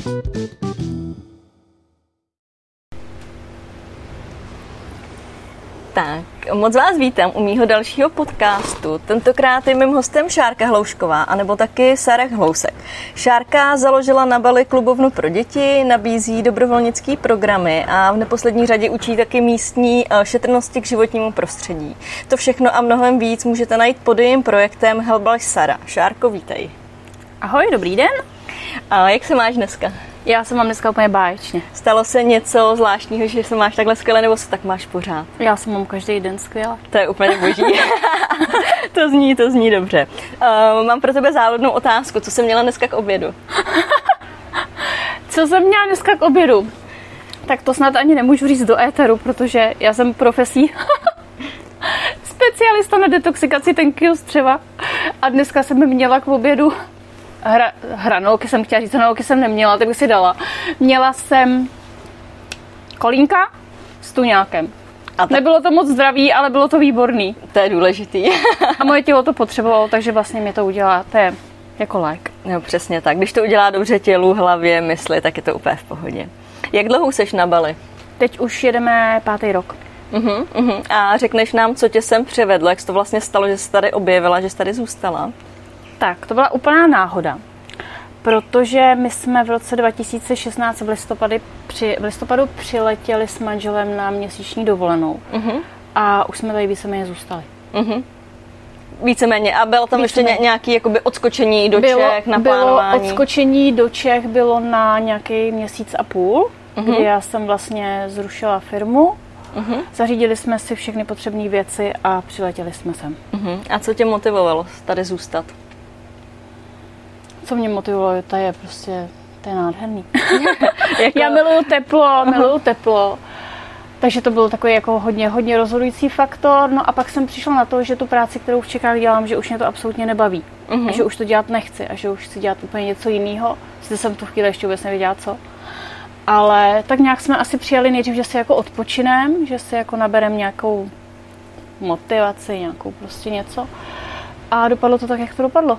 Tak, moc vás vítám u mýho dalšího podcastu. Tentokrát je mým hostem Šárka Hloušková, anebo taky Sarah Hlousek. Šárka založila na Bali klubovnu pro děti, nabízí dobrovolnické programy a v neposlední řadě učí taky místní šetrnosti k životnímu prostředí. To všechno a mnohem víc můžete najít pod jejím projektem Help Sara. Šárko, vítej. Ahoj, dobrý den. A jak se máš dneska? Já se mám dneska úplně báječně. Stalo se něco zvláštního, že se máš takhle skvěle, nebo se tak máš pořád? Já se mám každý den skvěle. To je úplně boží. To zní dobře. Mám pro tebe záludnou otázku. Co jsi měla dneska k obědu? Co jsem měla dneska k obědu? Tak to snad ani nemůžu říct do éteru, protože já jsem profesí specialista na detoxikaci tenkého střeva. A dneska jsem měla k obědu hranolky jsem chtěla říct, hranolky jsem neměla, tak bych si dala. Měla jsem kolínka s tuňákem. Nebylo to moc zdravý, ale bylo to výborný. To je důležitý. A moje tělo to potřebovalo, takže vlastně mě to udělá. To je jako lék. No přesně tak. Když to udělá dobře tělu, hlavě, mysli, tak je to úplně v pohodě. Jak dlouho seš na Bali? Teď už jedeme 5. rok. A řekneš nám, co tě sem přivedlo, jak se to vlastně stalo, že jsi tady objevila, že jsi tady zůstala? Tak, to byla úplná náhoda, protože my jsme v roce 2016 v listopadu přiletěli s manželem na měsíční dovolenou a už jsme tady víceméně zůstali. Víceméně. A bylo tam ještě nějaké jakoby odskočení do Čech na plánování? Bylo odskočení do Čech bylo na nějaký měsíc a půl, kdy já jsem vlastně zrušila firmu. Zařídili jsme si všechny potřebné věci a přiletěli jsme sem. A co tě motivovalo tady zůstat? Co mě motivovalo, to je nádherný. Já miluju teplo. Takže to byl takový jako hodně rozhodující faktor. No a pak jsem přišla na to, že tu práci, kterou v Čechách dělám, že už mě to absolutně nebaví. A že už to dělat nechci a že už chci dělat úplně něco jiného. Sice jsem tu chvíli ještě vůbec nevěděla co. Ale tak nějak jsme asi přijali nejdřív, že si jako odpočinem, že si jako naberem nějakou motivaci, nějakou prostě něco. A dopadlo to tak, jak to dopadlo.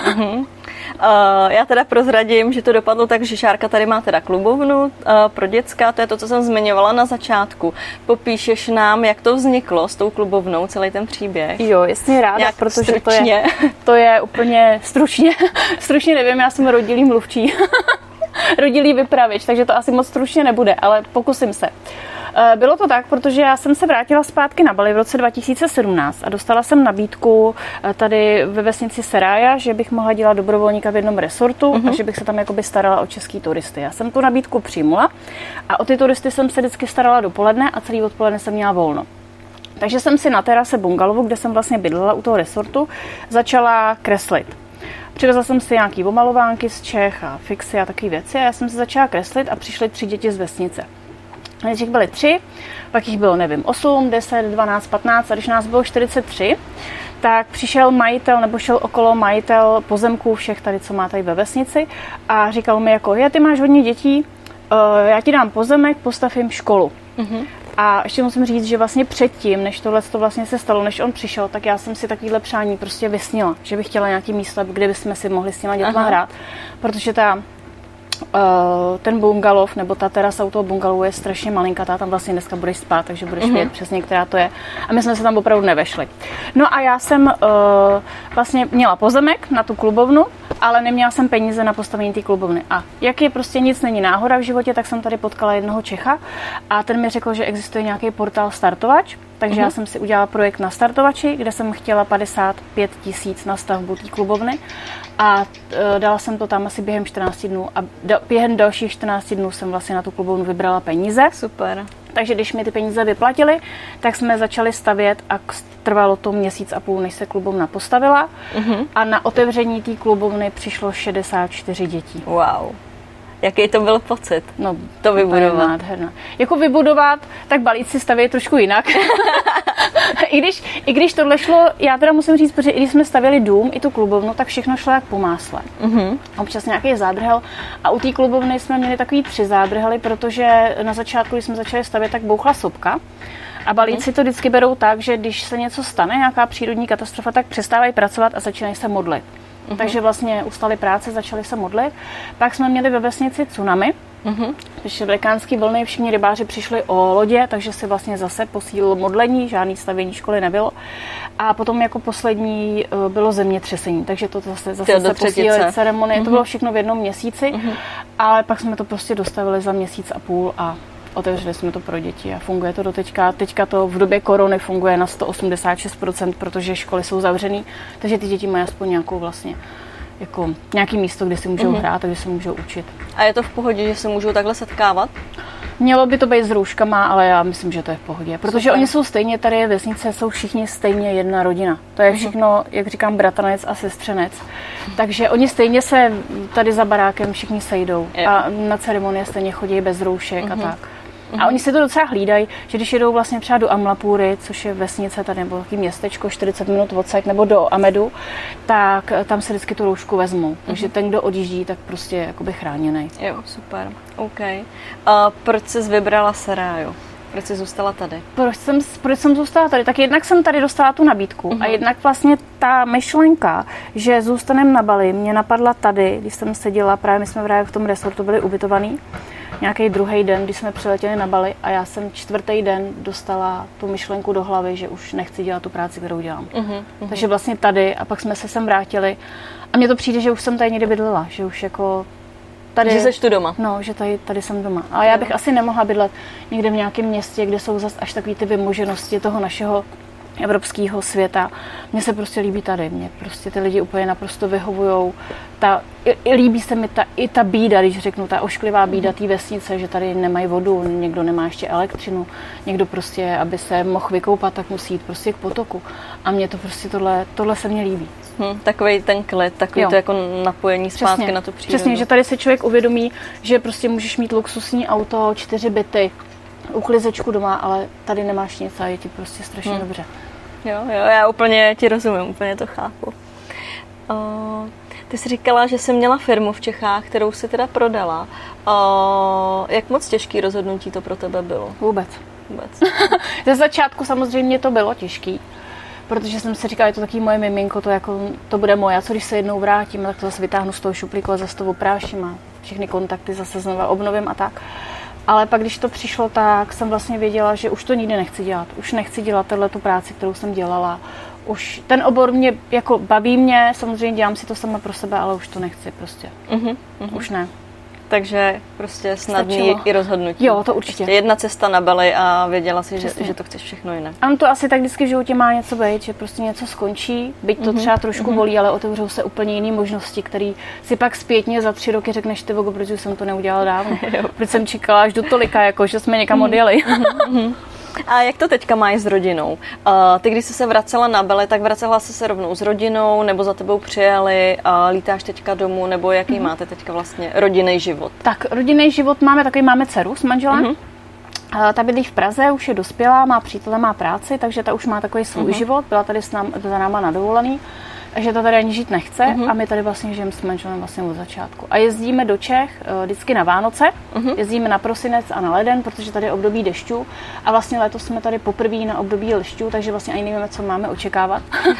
Já teda prozradím, že to dopadlo tak, že Šárka tady má teda klubovnu pro děcka, to je to, co jsem zmiňovala na začátku. Popíšeš nám, jak to vzniklo s tou klubovnou, celý ten příběh? Jo, jasně ráda, nějak protože stručně. To je úplně stručně nevím, já jsem rodilý mluvčí. Rodilý vypravěč, takže to asi moc stručně nebude, ale pokusím se. Bylo to tak, protože já jsem se vrátila zpátky na Bali v roce 2017 a dostala jsem nabídku tady ve vesnici Seraja, že bych mohla dělat dobrovolníka v jednom resortu a že bych se tam jakoby starala o český turisty. Já jsem tu nabídku přijmula a o ty turisty jsem se vždycky starala dopoledne a celý odpoledne jsem měla volno. Takže jsem si na terase bungalovu, kde jsem vlastně bydlela u toho resortu, začala kreslit. Přivezla jsem si nějaký omalovánky z Čech a fixy a takové věci a já jsem se začala kreslit a přišly 3 děti z vesnice. Nejdřív byly 3, pak jich bylo, 8, 10, 12, 15 a když nás bylo 43, tak přišel majitel nebo šel okolo majitel pozemků všech tady, co má tady ve vesnici a říkal mi jako, ty máš hodně dětí, já ti dám pozemek, postav jim školu. A ještě musím říct, že vlastně předtím, než tohle to vlastně se stalo, než on přišel, tak já jsem si takovýhle přání prostě vysnila, že bych chtěla nějaký místo, kde bychom si mohli s těma dětma hrát, protože ten bungalov, nebo ta terasa u toho bungalovu je strašně malinkatá, tam vlastně dneska budeš spát, takže budeš vědět přesně, která to je. A my jsme se tam opravdu nevešli. No a já jsem vlastně měla pozemek na tu klubovnu, ale neměla jsem peníze na postavení té klubovny. A jak je prostě nic není náhoda v životě, tak jsem tady potkala jednoho Čecha a ten mi řekl, že existuje nějaký portál Startovač, takže já jsem si udělala projekt na Startovači, kde jsem chtěla 55 000 na stavbu té klubovny a dala jsem to tam asi během 14 dnů a během dalších 14 dnů jsem vlastně na tu klubovnu vybrala peníze. Super. Takže když mi ty peníze vyplatili, tak jsme začali stavět a trvalo to 1,5 měsíce, než se klubovna postavila a na otevření té klubovny přišlo 64 dětí. Wow. Jaký to byl pocit? No, to vybudovat. Nádherná. Jako vybudovat, tak Balíci staví trošku jinak. I když tohle šlo, já teda musím říct, protože i když jsme stavěli dům, i tu klubovnu, tak všechno šlo jak po másle. Občas nějaký zádrhel a u té klubovny jsme měli takový 3 zádrhely, protože na začátku, když jsme začali stavět, tak bouchla sopka. A Balíci to vždycky berou tak, že když se něco stane, nějaká přírodní katastrofa, tak přestávají pracovat a začínají se modlit. takže vlastně ustali práce, začali se modlit. Pak jsme měli ve vesnici tsunami, Přišly velikánský vlny, všichni rybáři přišli o lodě, takže si vlastně zase posílilo modlení, žádný stavění školy nebylo. A potom jako poslední bylo zemětřesení, takže to zase se posílily ceremonie, to bylo všechno v jednom měsíci, ale pak jsme to prostě dostavili za měsíc a půl a otevřeli jsme to pro děti a funguje to doteďka. Teďka to v době korony funguje na 186%, protože školy jsou zavřený, takže ty děti mají aspoň nějakou vlastně jako nějaký místo, kde si můžou hrát a kde se můžou učit. A je to v pohodě, že se můžou takhle setkávat? Mělo by to být s rouškama, ale já myslím, že to je v pohodě. Protože oni jsou stejně, tady vesnice jsou všichni stejně jedna rodina. To je všechno, jak říkám, bratranec a sestřenec. Takže oni stejně se tady za barákem všichni sejdou. A na ceremonie stejně chodí bez roušek a tak. A oni si to docela hlídají, že když jedou vlastně třeba do Amlapury, což je vesnice tady, nebo takové městečko, 40 minut odsaď, nebo do Amedu, tak tam se vždycky tu roušku vezmou. Takže ten, kdo odjíždí, tak prostě je jakoby chráněný. Jo, super. OK. A proč jsi vybrala Sarajevo? Proč jsi zůstala tady? Proč jsem zůstala tady? Tak jednak jsem tady dostala tu nabídku a jednak vlastně ta myšlenka, že zůstaneme na Bali, mě napadla tady, když jsem seděla, právě my jsme právě v tom resortu byli ubytovaný, nějaký druhý den, když jsme přiletěli na Bali a já jsem čtvrtý den dostala tu myšlenku do hlavy, že už nechci dělat tu práci, kterou dělám. Takže vlastně tady a pak jsme se sem vrátili a mně to přijde, že už jsem tady někde bydlela, že už jako tady... Že jsi tu doma. No, že tady jsem doma. A já bych asi nemohla bydlet někde v nějakém městě, kde jsou zas až takový ty vymoženosti toho našeho evropského světa. Mně se prostě líbí tady. Mně prostě ty lidi úplně naprosto vyhovujou. Líbí se mi i ta bída, když řeknu, ta ošklivá bída té vesnice, že tady nemají vodu, někdo nemá ještě elektřinu, někdo prostě, aby se mohl vykoupat, tak musí jít prostě k potoku. A mně to prostě tohle se mně líbí. Takový ten klid, takový to jako napojení zpátky přesně, na tu přírodu. Přesně, že tady se člověk uvědomí, že prostě můžeš mít luxusní auto, 4 byty, uklizečku doma, ale tady nemáš nic a je ti prostě strašně dobře. Jo, já úplně ti rozumím, úplně to chápu. Ty jsi říkala, že jsi měla firmu v Čechách, kterou jsi teda prodala. Jak moc těžký rozhodnutí to pro tebe bylo? Vůbec. Ze začátku samozřejmě to bylo těžký, protože jsem si říkala, je to taky moje miminko, to bude moje. A co když se jednou vrátím, tak to zase vytáhnu z toho šuplíku a zase to opráším a všechny kontakty zase znova obnovím a tak. Ale pak, když to přišlo, tak jsem vlastně věděla, že už to nikdy nechci dělat. Už nechci dělat tu práci, kterou jsem dělala. Už ten obor mě jako baví mě, samozřejmě dělám si to sama pro sebe, ale už to nechci prostě. Už ne. Takže prostě snadný i rozhodnutí. Jo, to určitě. Prostě jedna cesta na Bali a věděla si, že to chceš všechno jinak. Ano, to asi tak vždycky v životě má něco být, že prostě něco skončí, byť to třeba trošku bolí, ale otevřou se úplně jiné možnosti, které si pak zpětně za 3 roky řekneš, ty vogo, proč jsem to neudělala dávno. Proč jsem čekala až do tolika, jako že jsme někam odjeli. A jak to teďka máš s rodinou? Ty, když jsi se vracela na Bali, tak vracela jsi se rovnou s rodinou, nebo za tebou přijeli, lítáš teďka domů, nebo jaký máte teďka vlastně rodinný život? Tak, rodinný život máme dceru s manželem. Ta bydlí v Praze, už je dospělá, má přítele, má práci, takže ta už má takový svůj život, byla tady za náma na dovolený. Takže ta tady ani žít nechce a my tady vlastně žijeme s manželem vlastně od začátku. A jezdíme do Čech vždycky na Vánoce, jezdíme na prosinec a na leden, protože tady je období dešťů a vlastně letos jsme tady poprvé na období dešťů, takže vlastně ani nevíme, co máme očekávat.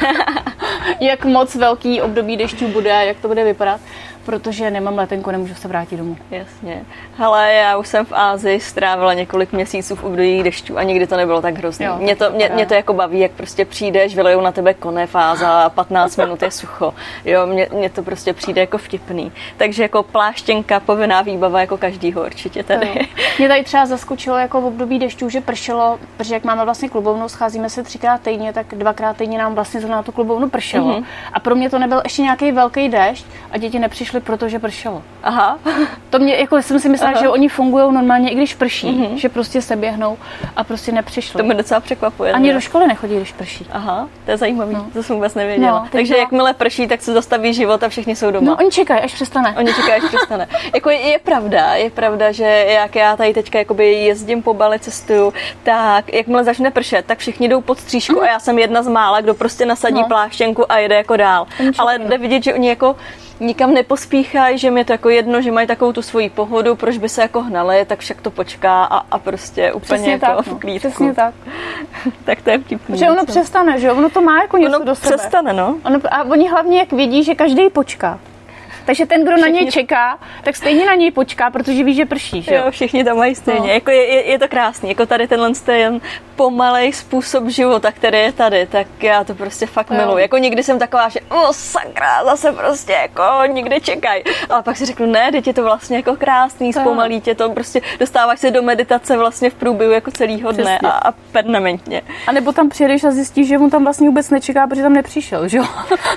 Jak moc velký období dešťů bude a jak to bude vypadat, protože nemám letenku, nemůžu se vrátit domů. Jasně. Hele, já už jsem v Ázii strávila několik měsíců v období dešťů a nikdy to nebylo tak hrozné. Mě to jako baví, jak prostě přijdeš, vylejou na tebe konev a za 15 minut je sucho. Jo, mně to prostě přijde jako vtipný. Takže jako pláštěnka, povinná výbava jako každýho určitě tady. Mě tady třeba zaskočilo jako v období dešťů, že pršelo, protože jak máme vlastně klubovnu, scházíme se 3krát týdně, tak 2krát týdně nám vlastně zrovna na tu klubovnu pršelo. A pro mě to nebyl ještě nějaký velký déšť a děti nepřišly, protože pršelo. Aha. To mě jako jsem si myslela, že oni fungují normálně, i když prší, že prostě se běhnou a prostě nepřišlo. To mě docela překvapuje. Ani do školy nechodí, když prší. Aha, to je zajímavý, to jsem vůbec nevěděla. Takže jakmile prší, tak se zastaví život a všichni jsou doma. No, oni čekají, až přestane. Jako je pravda, že jak já tady teďka jakoby jezdím po Bali, cestuju, tak jakmile začne pršet, tak všichni jdou pod střížku a já jsem jedna z mála, kdo prostě nasadí pláštěnku a jede jako dál. Ale jde vidět, že oni jako Nikam nepospíchají, že mi je to jako jedno, že mají takovou tu svoji pohodu, proč by se jako hnali, tak však to počká a prostě úplně přesně jako tak, v klídku. Přesně tak. Tak to je vtipný. Že ono přestane, že ono to má jako něco do sebe. Přestane, no. A oni hlavně jak vědí, že každý počká. Takže ten, kdo na něj čeká, tak stejně na něj počká, protože ví, že prší, že jo? Všichni tam mají stejně. No. Jako je to krásný. Jako tady tenhle ten pomalej způsob života, který je tady, tak já to prostě fakt miluji. Jako někdy jsem taková, že sakra, zase prostě jako nikdy čekaj. Ale pak si řeknu, ne, teď je to vlastně jako krásný, zpomalí tě to, prostě dostáváš se do meditace vlastně v průběhu jako celýho dne a permanentně. A nebo tam přijedeš a zjistíš, že on tam vlastně vůbec nečeká, protože tam nepřišel, že jo?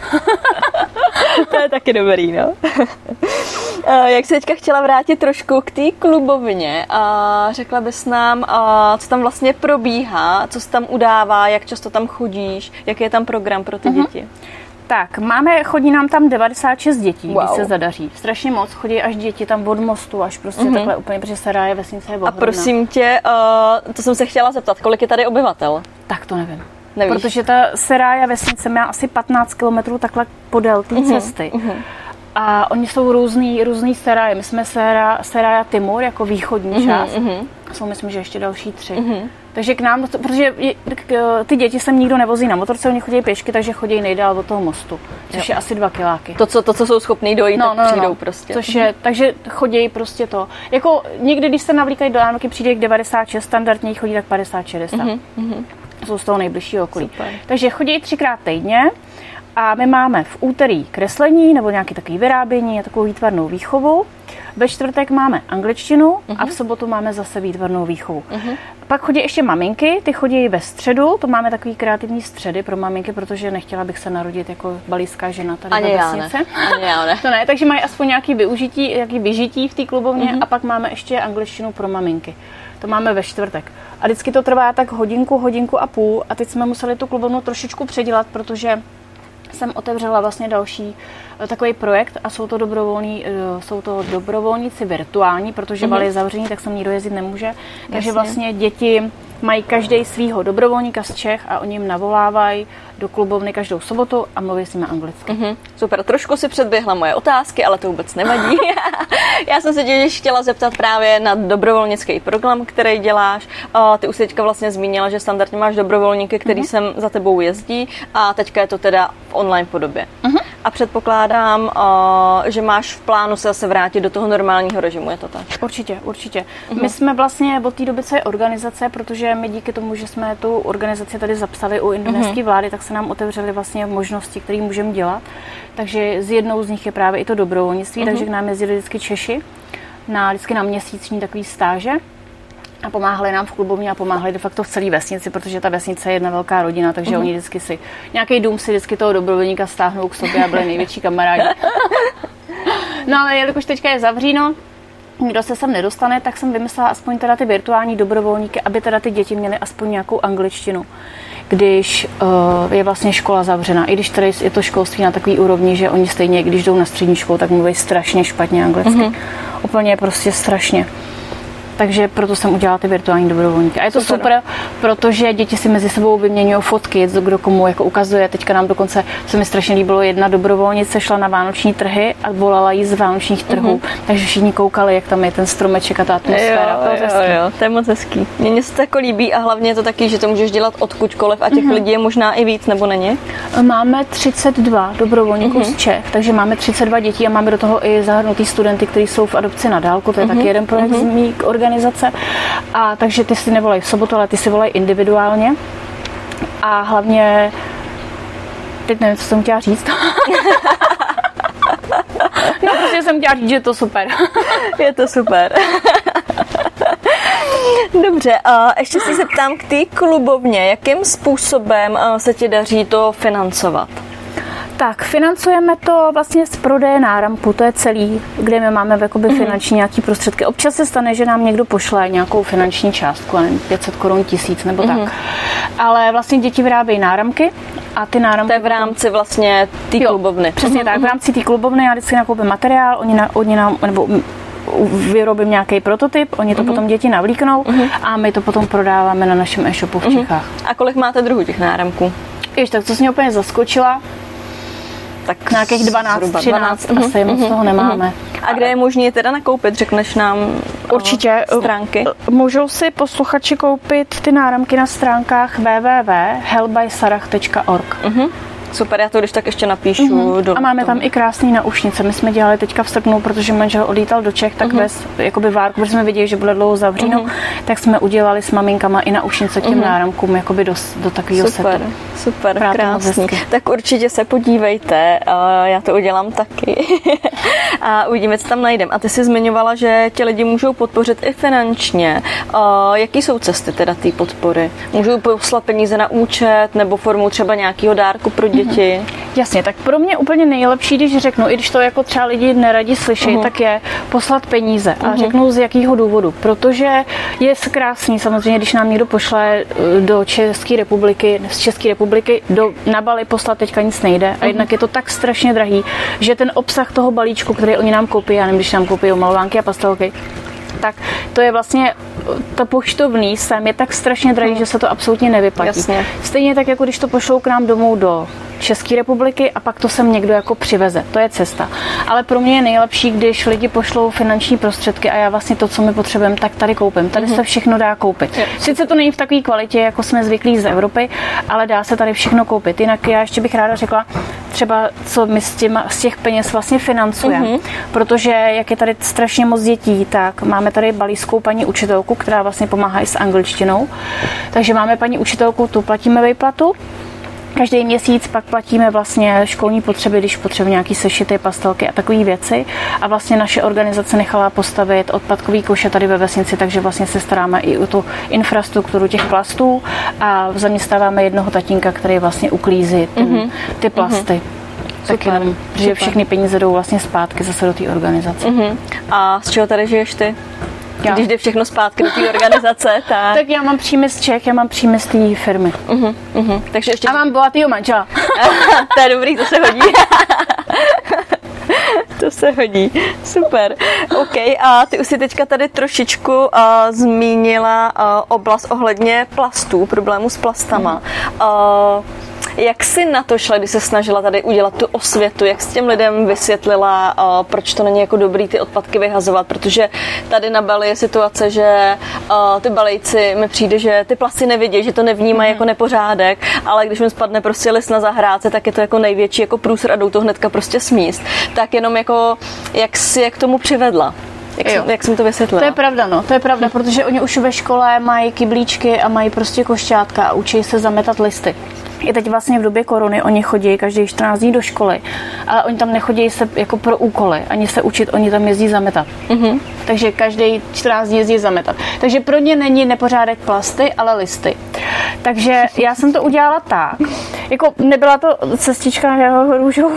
To je taky dobrý, no. Jak se teďka chtěla vrátit trošku k té klubovně a řekla bys nám, co tam vlastně probíhá, co se tam udává, jak často tam chodíš, jaký je tam program pro ty děti? Tak, chodí nám tam 96 dětí, když se zadaří. Strašně moc, chodí až děti tam od mostu, až prostě takhle úplně, protože Saráje vesnice je ohromná. A prosím tě, to jsem se chtěla zeptat, kolik je tady obyvatel? Tak to nevím. Nevíš. Protože ta Sarája vesnice má asi 15 kilometrů takhle podél té cesty. A oni jsou různý Saráje. My jsme Sarája Timur jako východní část. Jsou myslím, že ještě další 3. Takže k nám, protože ty děti sem nikdo nevozí na motorce, oni chodí pěšky, takže chodí nejdál od toho mostu, což je asi 2 kiláky. To, co jsou schopní dojít, tak přijdou prostě. Což je, takže chodí prostě to. Jako někdy, když se navlíkají do Lánky, přijde k 96, standardně chodí tak 50-60. Jsou z toho nejbližšího okolí. Super. Takže chodí 3krát týdně a my máme v úterý kreslení nebo nějaký takový vyrábění a takovou výtvarnou výchovu. Ve čtvrtek máme angličtinu a v sobotu máme zase výtvarnou výchovu. Pak chodí ještě maminky, ty chodí ve středu, to máme takový kreativní středy pro maminky, protože nechtěla bych se narodit jako balíská žena tady ve vesnice. Ani já ne. To ne, takže mají aspoň nějaký vyžití v té klubovně a pak máme ještě angličtinu pro maminky. To máme ve čtvrtek. A vždycky to trvá tak hodinku a půl a teď jsme museli tu klubovnu trošičku předělat, protože jsem otevřela vlastně další takový projekt a jsou to dobrovolníci virtuální, protože bal je zavřený, tak se nikdo jezdit nemůže. Takže vlastně děti mají každý svýho dobrovolníka z Čech a oni jim navolávají do klubovny každou sobotu a mluví s nimi anglicky. Super, trošku si předběhla moje otázky, ale to vůbec nevadí. Já jsem se tě chtěla zeptat právě na dobrovolnický program, který děláš. Ty už teďka vlastně zmínila, že standardně máš dobrovolníky, který sem za tebou jezdí a teďka je to teda v online podobě. A předpokládám, že máš v plánu se zase vrátit do toho normálního režimu, je to tak? Určitě. My jsme vlastně od té doby, co je organizace, protože my díky tomu, že jsme tu organizaci tady zapsali u indonéské vlády, tak se nám otevřely vlastně možnosti, které můžeme dělat. Takže z jednou z nich je právě i to dobrovolnictví, takže k nám jezdili vždycky Češi, vždycky na měsíční takový stáže. A pomáhali nám v klubovně a pomáhali de facto v celé vesnici, protože ta vesnice je jedna velká rodina, takže oni vždycky nějaký dům si vždycky toho dobrovolníka stáhnou k sobě a byli největší kamarádi. No ale jelikož teďka je zavříno, nikdo se sem nedostane, tak jsem vymyslela aspoň teda ty virtuální dobrovolníky, aby teda ty děti měly aspoň nějakou angličtinu, když je vlastně škola zavřena. I když tady je to školství na takový úrovni, že oni stejně, když jdou na střední školu, tak mluví strašně špatně anglicky. Úplně prostě strašně. Takže proto jsem udělala ty virtuální dobrovolníky. A je to super, protože děti si mezi sebou vyměňují fotky, kdo komu jako ukazuje. Teďka nám dokonce, se mi strašně líbilo, jedna dobrovolnice šla na vánoční trhy a volala jí z vánočních trhů. Takže všichni koukali, jak tam je ten stromeček a ta atmosféra. Jo, to je moc hezký. Mně se to jako líbí a hlavně je to taky, že to můžeš dělat odkudkoliv a těch lidí je možná i víc, nebo není? Máme 32 dobrovolníků z Čech, takže máme 32 dětí a máme do toho i zahrnutý studenty, kteří jsou v adopci na dálku. To je taky jeden projekt z mý organizace. A takže ty si nevolají v sobotu, ale ty si volají individuálně. A hlavně, teď nevím, co jsem chtěla říct. No, prostě jsem chtěla říct, že je to super. Je to super. Dobře, a ještě se zeptám k té klubovně. Jakým způsobem se ti daří to financovat? Tak, financujeme to vlastně z prodeje náramku, to je celý, kde my máme jakoby finanční nějaký prostředky. Občas se stane, že nám někdo pošle nějakou finanční částku, nevím, 500 korun, 1000 nebo tak. Ale vlastně děti vyrábějí náramky a ty náramky... To je v rámci vlastně té klubovny. Přesně tak, v rámci té klubovny já vždycky nakoupím materiál, oni nám, nebo vyrobím nějaký prototyp, oni to potom děti navlíknou a my to potom prodáváme na našem e-shopu v Čechách. A kolik máte druhů těch náramků? Tak co jsi mě úplně zaskočila. Tak nějakých 12, 13, asi moc toho nemáme. A kde je možné teda nakoupit? Řekneš nám určitě stránky? Můžou si posluchači koupit ty náramky na stránkách www.hellbysarah.org. Super, já to když tak ještě napíšu. A máme tam i krásný naušnice. My jsme dělali teďka v srpnu, protože manžel odlítal do Čech, tak bez jakoby várku, protože jsme viděli, že bude dlouho zavříno, tak jsme udělali s maminkama i naušnice k těm náramkům jakoby do takového setu. Super, krásný. Tak určitě se podívejte, já to udělám taky. A uvidíme, co tam najdeme. A ty jsi zmiňovala, že ti lidi můžou podpořit i finančně. Jaký jsou cesty teda té podpory? Můžou poslat peníze na účet nebo formou třeba nějakého dárku pro děti? Jasně, tak pro mě úplně nejlepší, když řeknu, i když to jako třeba lidi neradi slyší, tak je poslat peníze. A řeknu z jakého důvodu. Protože je krásný samozřejmě, když nám někdo pošle do České republiky, z České republiky na Bali poslat teďka nic nejde. A jednak je to tak strašně drahý, že ten obsah toho balíčku, který oni nám koupí, já nevím, když nám koupí malovánky a pastelky, tak to je vlastně to poštovný sem je tak strašně drahý, že se to absolutně nevyplatí. Jasně. Stejně tak, jako když to pošlou k nám domů do České republiky a pak to sem někdo jako přiveze. To je cesta. Ale pro mě je nejlepší, když lidi pošlou finanční prostředky a já vlastně to, co my potřebujeme, tak tady koupím. Tady se všechno dá koupit. Sice to není v takové kvalitě, jako jsme zvyklí z Evropy, ale dá se tady všechno koupit. Jinak já ještě bych ráda řekla, třeba co my z těch peněz vlastně financujeme. Protože jak je tady strašně moc dětí, tak máme tady balijskou paní učitelku, která vlastně pomáhá i s angličtinou. Takže máme paní učitelku, tu platíme výplatu. Každý měsíc pak platíme vlastně školní potřeby, když potřebujeme nějaký sešity, pastelky a takové věci. A vlastně naše organizace nechala postavit odpadkový koše tady ve vesnici, takže vlastně se staráme i o tu infrastrukturu těch plastů a zaměstnáváme jednoho tatínka, který vlastně uklízí ty plasty. Tak jenom, že všechny peníze jdou vlastně zpátky zase do té organizace. A z čeho tady žiješ ty? Když jde všechno zpátky do té organizace, tak... Tak já mám příjmy z Čech, já mám příjmy z té firmy. Takže ještě... A mám bohatýho manžela. To je dobrý, to se hodí. To se hodí. Super. OK, a ty už si teďka tady trošičku zmínila oblast ohledně plastů, problému s plastama. Jak jsi na to šla, když se snažila tady udělat tu osvětu? Jak jsi těm lidem vysvětlila, proč to není jako dobrý ty odpadky vyhazovat? Protože tady na Bali je situace, že ty Balijci mi přijde, že ty plasty nevidí, že to nevnímají jako nepořádek, ale když mi spadne prostě list na zahrádce, tak je to jako největší jako průser a jdou to hnedka prostě smíst. Tak jenom jako, jak jsi k tomu přivedla? Jak jsem to vysvětlila? To je pravda, no. To je pravda, protože oni už ve škole mají kyblíčky a mají prostě košťátka a učí se zametat listy. I teď vlastně v době korony oni chodí každý 14 dní do školy, ale oni tam nechodí se jako pro úkoly, ani se učit, oni tam jezdí zametat. Takže každý 14 dní jezdí zametat. Takže pro ně není nepořádek plasty, ale listy. Takže já jsem to udělala tak. Jako nebyla to cestička růžovou,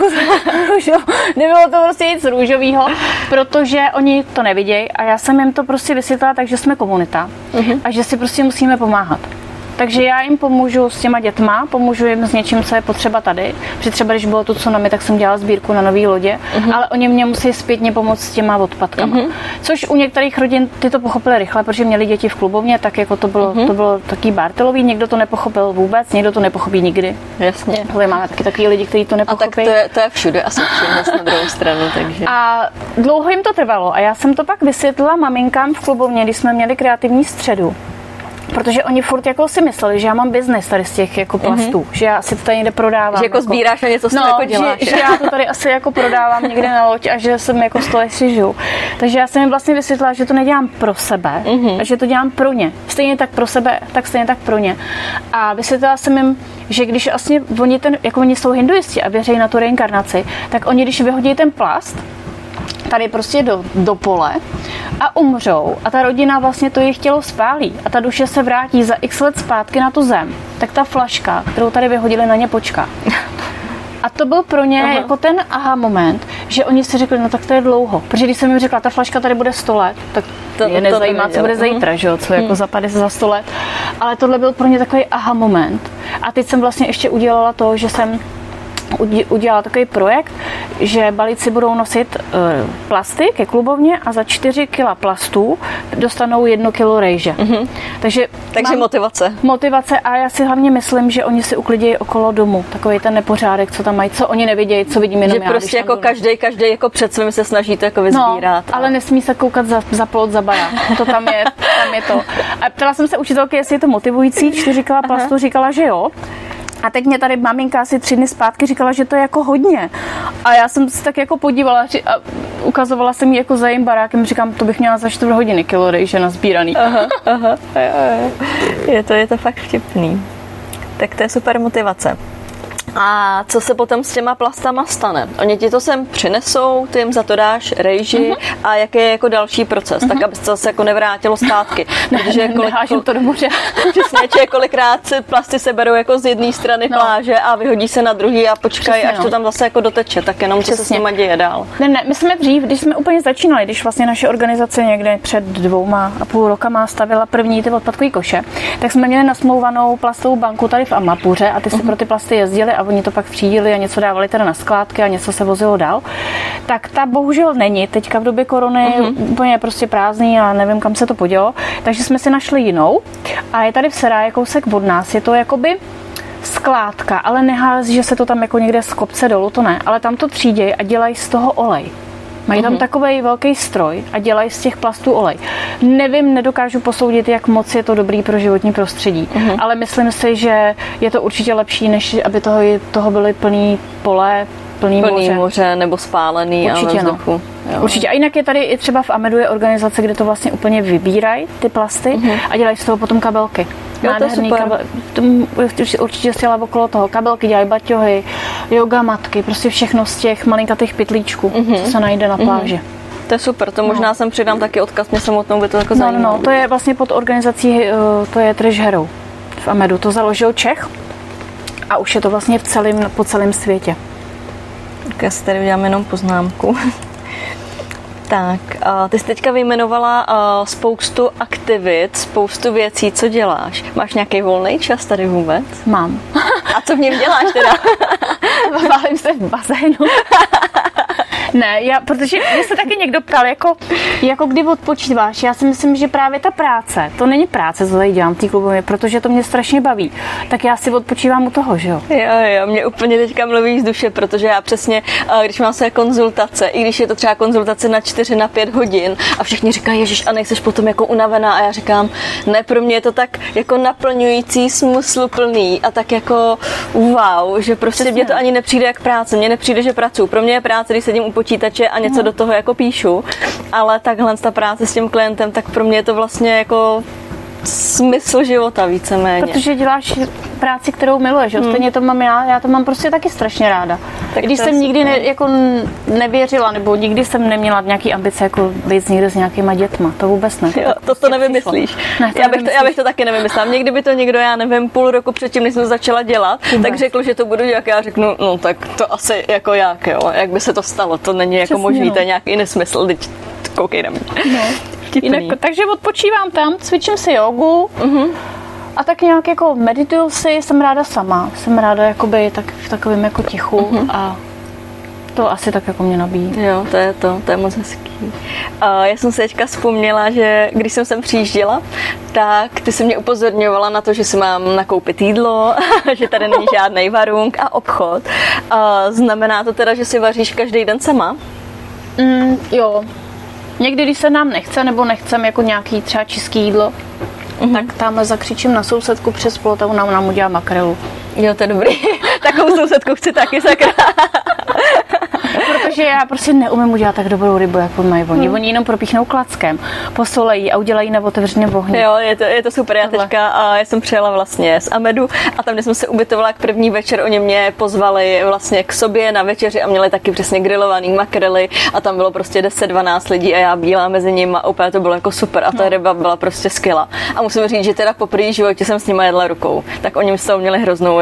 nebylo to prostě nic růžového, protože oni to nevidějí a já jsem jim to prostě vysvětlila tak, že jsme komunita a že si prostě musíme pomáhat. Takže já jim pomůžu s těma dětma, pomůžu jim s něčím, co je potřeba tady. Protože třeba když bylo to tsunami, tak jsem dělala sbírku na nový lodě, ale oni mě musí zpětně pomoct s těma odpadkama. Což u některých rodin ty to pochopili rychle, protože měli děti v klubovně, tak jako to bylo taky bartelový, někdo to nepochopil vůbec, někdo to nepochopí nikdy. Jasně. Ale máme taky takový lidi, kteří to nepochopí. A tak to je všude asi všude na druhou stranu, takže. A dlouho jim to trvalo a já jsem to pak vysvětlila maminkám v klubovně, když jsme měli kreativní středu. Protože oni furt jako si mysleli, že já mám biznes tady z těch jako plastů, že já si to tady někde prodávám. Že jako sbíráš a něco s tím jako děláš. Že já to tady asi jako prodávám někde na loď a že jsem jako z toho si žiju. Takže já jsem jim vlastně vysvětlila, že to nedělám pro sebe, a že to dělám pro ně. Stejně tak pro sebe, tak stejně tak pro ně. A vysvětlila jsem jim, že když vlastně oni jsou hinduisti a věří na tu reinkarnaci, tak oni když vyhodí ten plast tady prostě do pole a umřou a ta rodina vlastně to jejich tělo spálí a ta duše se vrátí za x let zpátky na tu zem, tak ta flaška, kterou tady vyhodili, na ně počká. A to byl pro ně jako ten aha moment, že oni si řekli, no tak to je dlouho. Protože když jsem jim řekla, ta flaška tady bude 100 let, tak to je nezajímá, co bude zítra, že jo, co jako za 50, za 100 let. Ale tohle byl pro ně takový aha moment. A teď jsem vlastně ještě udělala to, že jsem udělala takový projekt, že balíci budou nosit plasty ke klubovně a za 4 kila plastů dostanou 1 kilo rejže. Takže motivace a já si hlavně myslím, že oni si uklidí okolo domu. Takový ten nepořádek, co tam mají, co oni nevidějí, co vidím jenom já. Že prostě jako každý jako před svým se snaží to jako vyzbírat. No, ale nesmí se koukat za plot, za barák. To tam je to. A ptala jsem se učitelky, jestli je to motivující. 4 kila plastu, říkala, že jo. A teď mě tady maminka asi 3 dny zpátky říkala, že to je jako hodně. A já jsem se tak jako podívala a ukazovala jsem jí jako za jejím barákem. Říkám, to bych měla za 4 hodiny kilo rejže nazbíraný. Aha. Je to fakt vtipný. Tak to je super motivace. A co se potom s těma plastama stane? Oni ti to sem přinesou, ty jim za to dáš rejži a jaký je jako další proces, tak aby se to zase jako nevrátilo zpátky. Protože nehážem to do moře. Přesně, kolikrát plasty se berou jako z jedné strany pláže a vyhodí se na druhý a počkají, až to tam zase jako doteče, tak jenom co se s nima děje dál. Ne, my jsme dřív, když jsme úplně začínali, když vlastně naše organizace někde před 2,5 rokama stavila první ty odpadkový koše, tak jsme měli nasmlouvanou plastovou banku tady v Amlapuře a ty si pro ty plasty jezdili a oni to pak přijíli a něco dávali teda na skládky a něco se vozilo dál. Tak ta bohužel není. Teďka v době korony úplně prostě prázdný a nevím, kam se to podělo. Takže jsme si našli jinou a je tady v Seráje kousek od nás. Je to jakoby skládka, ale nehází, že se to tam jako někde z kopce dolů, to ne. Ale tam to třídějí a dělají z toho olej. Mají tam takovej velký stroj a dělají z těch plastů olej. Nevím, nedokážu posoudit, jak moc je to dobrý pro životní prostředí, ale myslím si, že je to určitě lepší, než aby toho byly plný pole, plný moře nebo spálený určitě, a ve vzduchu. Určitě. A jinak je tady i třeba v Amedu je organizace, kde to vlastně úplně vybírají, ty plasty, a dělají z toho potom kabelky. Nádherný kabel. Určitě si okolo toho kabelky, dělají baťohy, yoga matky, prostě všechno z těch malinkatých pytlíčků, co se najde na pláži. To je super, to možná sem přidám taky odkaz, mě samotnou by to jako zajímalo. To je vlastně pod organizací, to je Trish Hero v Amedu, to založil Čech a už je to vlastně po celém světě. Tak já si tady udělám jenom poznámku. Tak, ty jsi teďka vyjmenovala spoustu aktivit, spoustu věcí, co děláš. Máš nějaký volný čas tady vůbec? Mám. A co v něm děláš teda? Válím se v bazénu. Ne, protože mě se taky někdo ptal, jako kdy odpočíváš. Já si myslím, že právě ta práce, to není práce, co tady dělám v té klubovně, protože to mě strašně baví. Tak já si odpočívám u toho, že jo? Jo, mě úplně teďka mluví z duše, protože já přesně, když mám své konzultace, i když je to třeba konzultace na 4 na 5 hodin a všichni říkají, ježiš, a nejseš potom jako unavená, a já říkám, ne, pro mě je to tak jako naplňující, smysluplný a tak jako wow, že prostě mě to ani nepřijde jak práce, mně nepřijde, že pracuju. Pro mě je práce, když sedím u počítače a něco do toho jako píšu, ale takhle ta práce s tím klientem, tak pro mě je to vlastně jako smysl života víceméně. Protože děláš práci, kterou miluješ, stejně to mám já to mám prostě taky strašně ráda. Tak když jsem nikdy nevěřila, nebo nikdy jsem neměla nějaký ambice jako být někde s nějakýma dětma, to vůbec ne. Jo, to nevymyslíš. Ne, já bych to taky nevymyslela. Někdy by to někdo, já nevím, půl roku předtím, než jsem začala dělat, tak řekl, že to budu dělat, já řeknu, no tak to asi jako jak by se to stalo, to není jako možný, to je nějaký nesmysl, teď koukej na mě. No. Jinak, takže odpočívám tam, cvičím si jogu a tak nějak jako medituju si, jsem ráda sama. Jsem ráda jakoby tak v takovém jako tichu a to asi tak jako mě nabíjí. Jo, to je moc hezký. Já jsem si teďka vzpomněla, že když jsem sem přijížděla, tak ty jsi mě upozorňovala na to, že si mám nakoupit jídlo, že tady není žádnej varung a obchod. Znamená to teda, že si vaříš každý den sama? Jo. Někdy, když se nám nechce, nebo nechcem jako nějaký třeba český jídlo, tak tamhle zakřičím na sousedku přes plot a ona nám udělá makrelu. Jo, to je dobrý. Takovou sousedku chci taky, sakra. Protože já prostě neumím udělat tak dobrou rybu, jako mají oni. Oni jenom propíchnou klackem, posolejí a udělají na otevřeném ohni. Jo, je to super. Já jsem přijela vlastně z Amedu a tam, kde jsem se ubytovala jak první večer, oni mě pozvali vlastně k sobě na večeři a měli taky přesně grilovaný makrely a tam bylo prostě 10-12 lidí a já bílá mezi nimi a úplně to bylo jako super a ta ryba byla prostě skvělá. A musím říct, že teda po první životě jsem s nima jedla rukou, tak oni z toho měli hroznou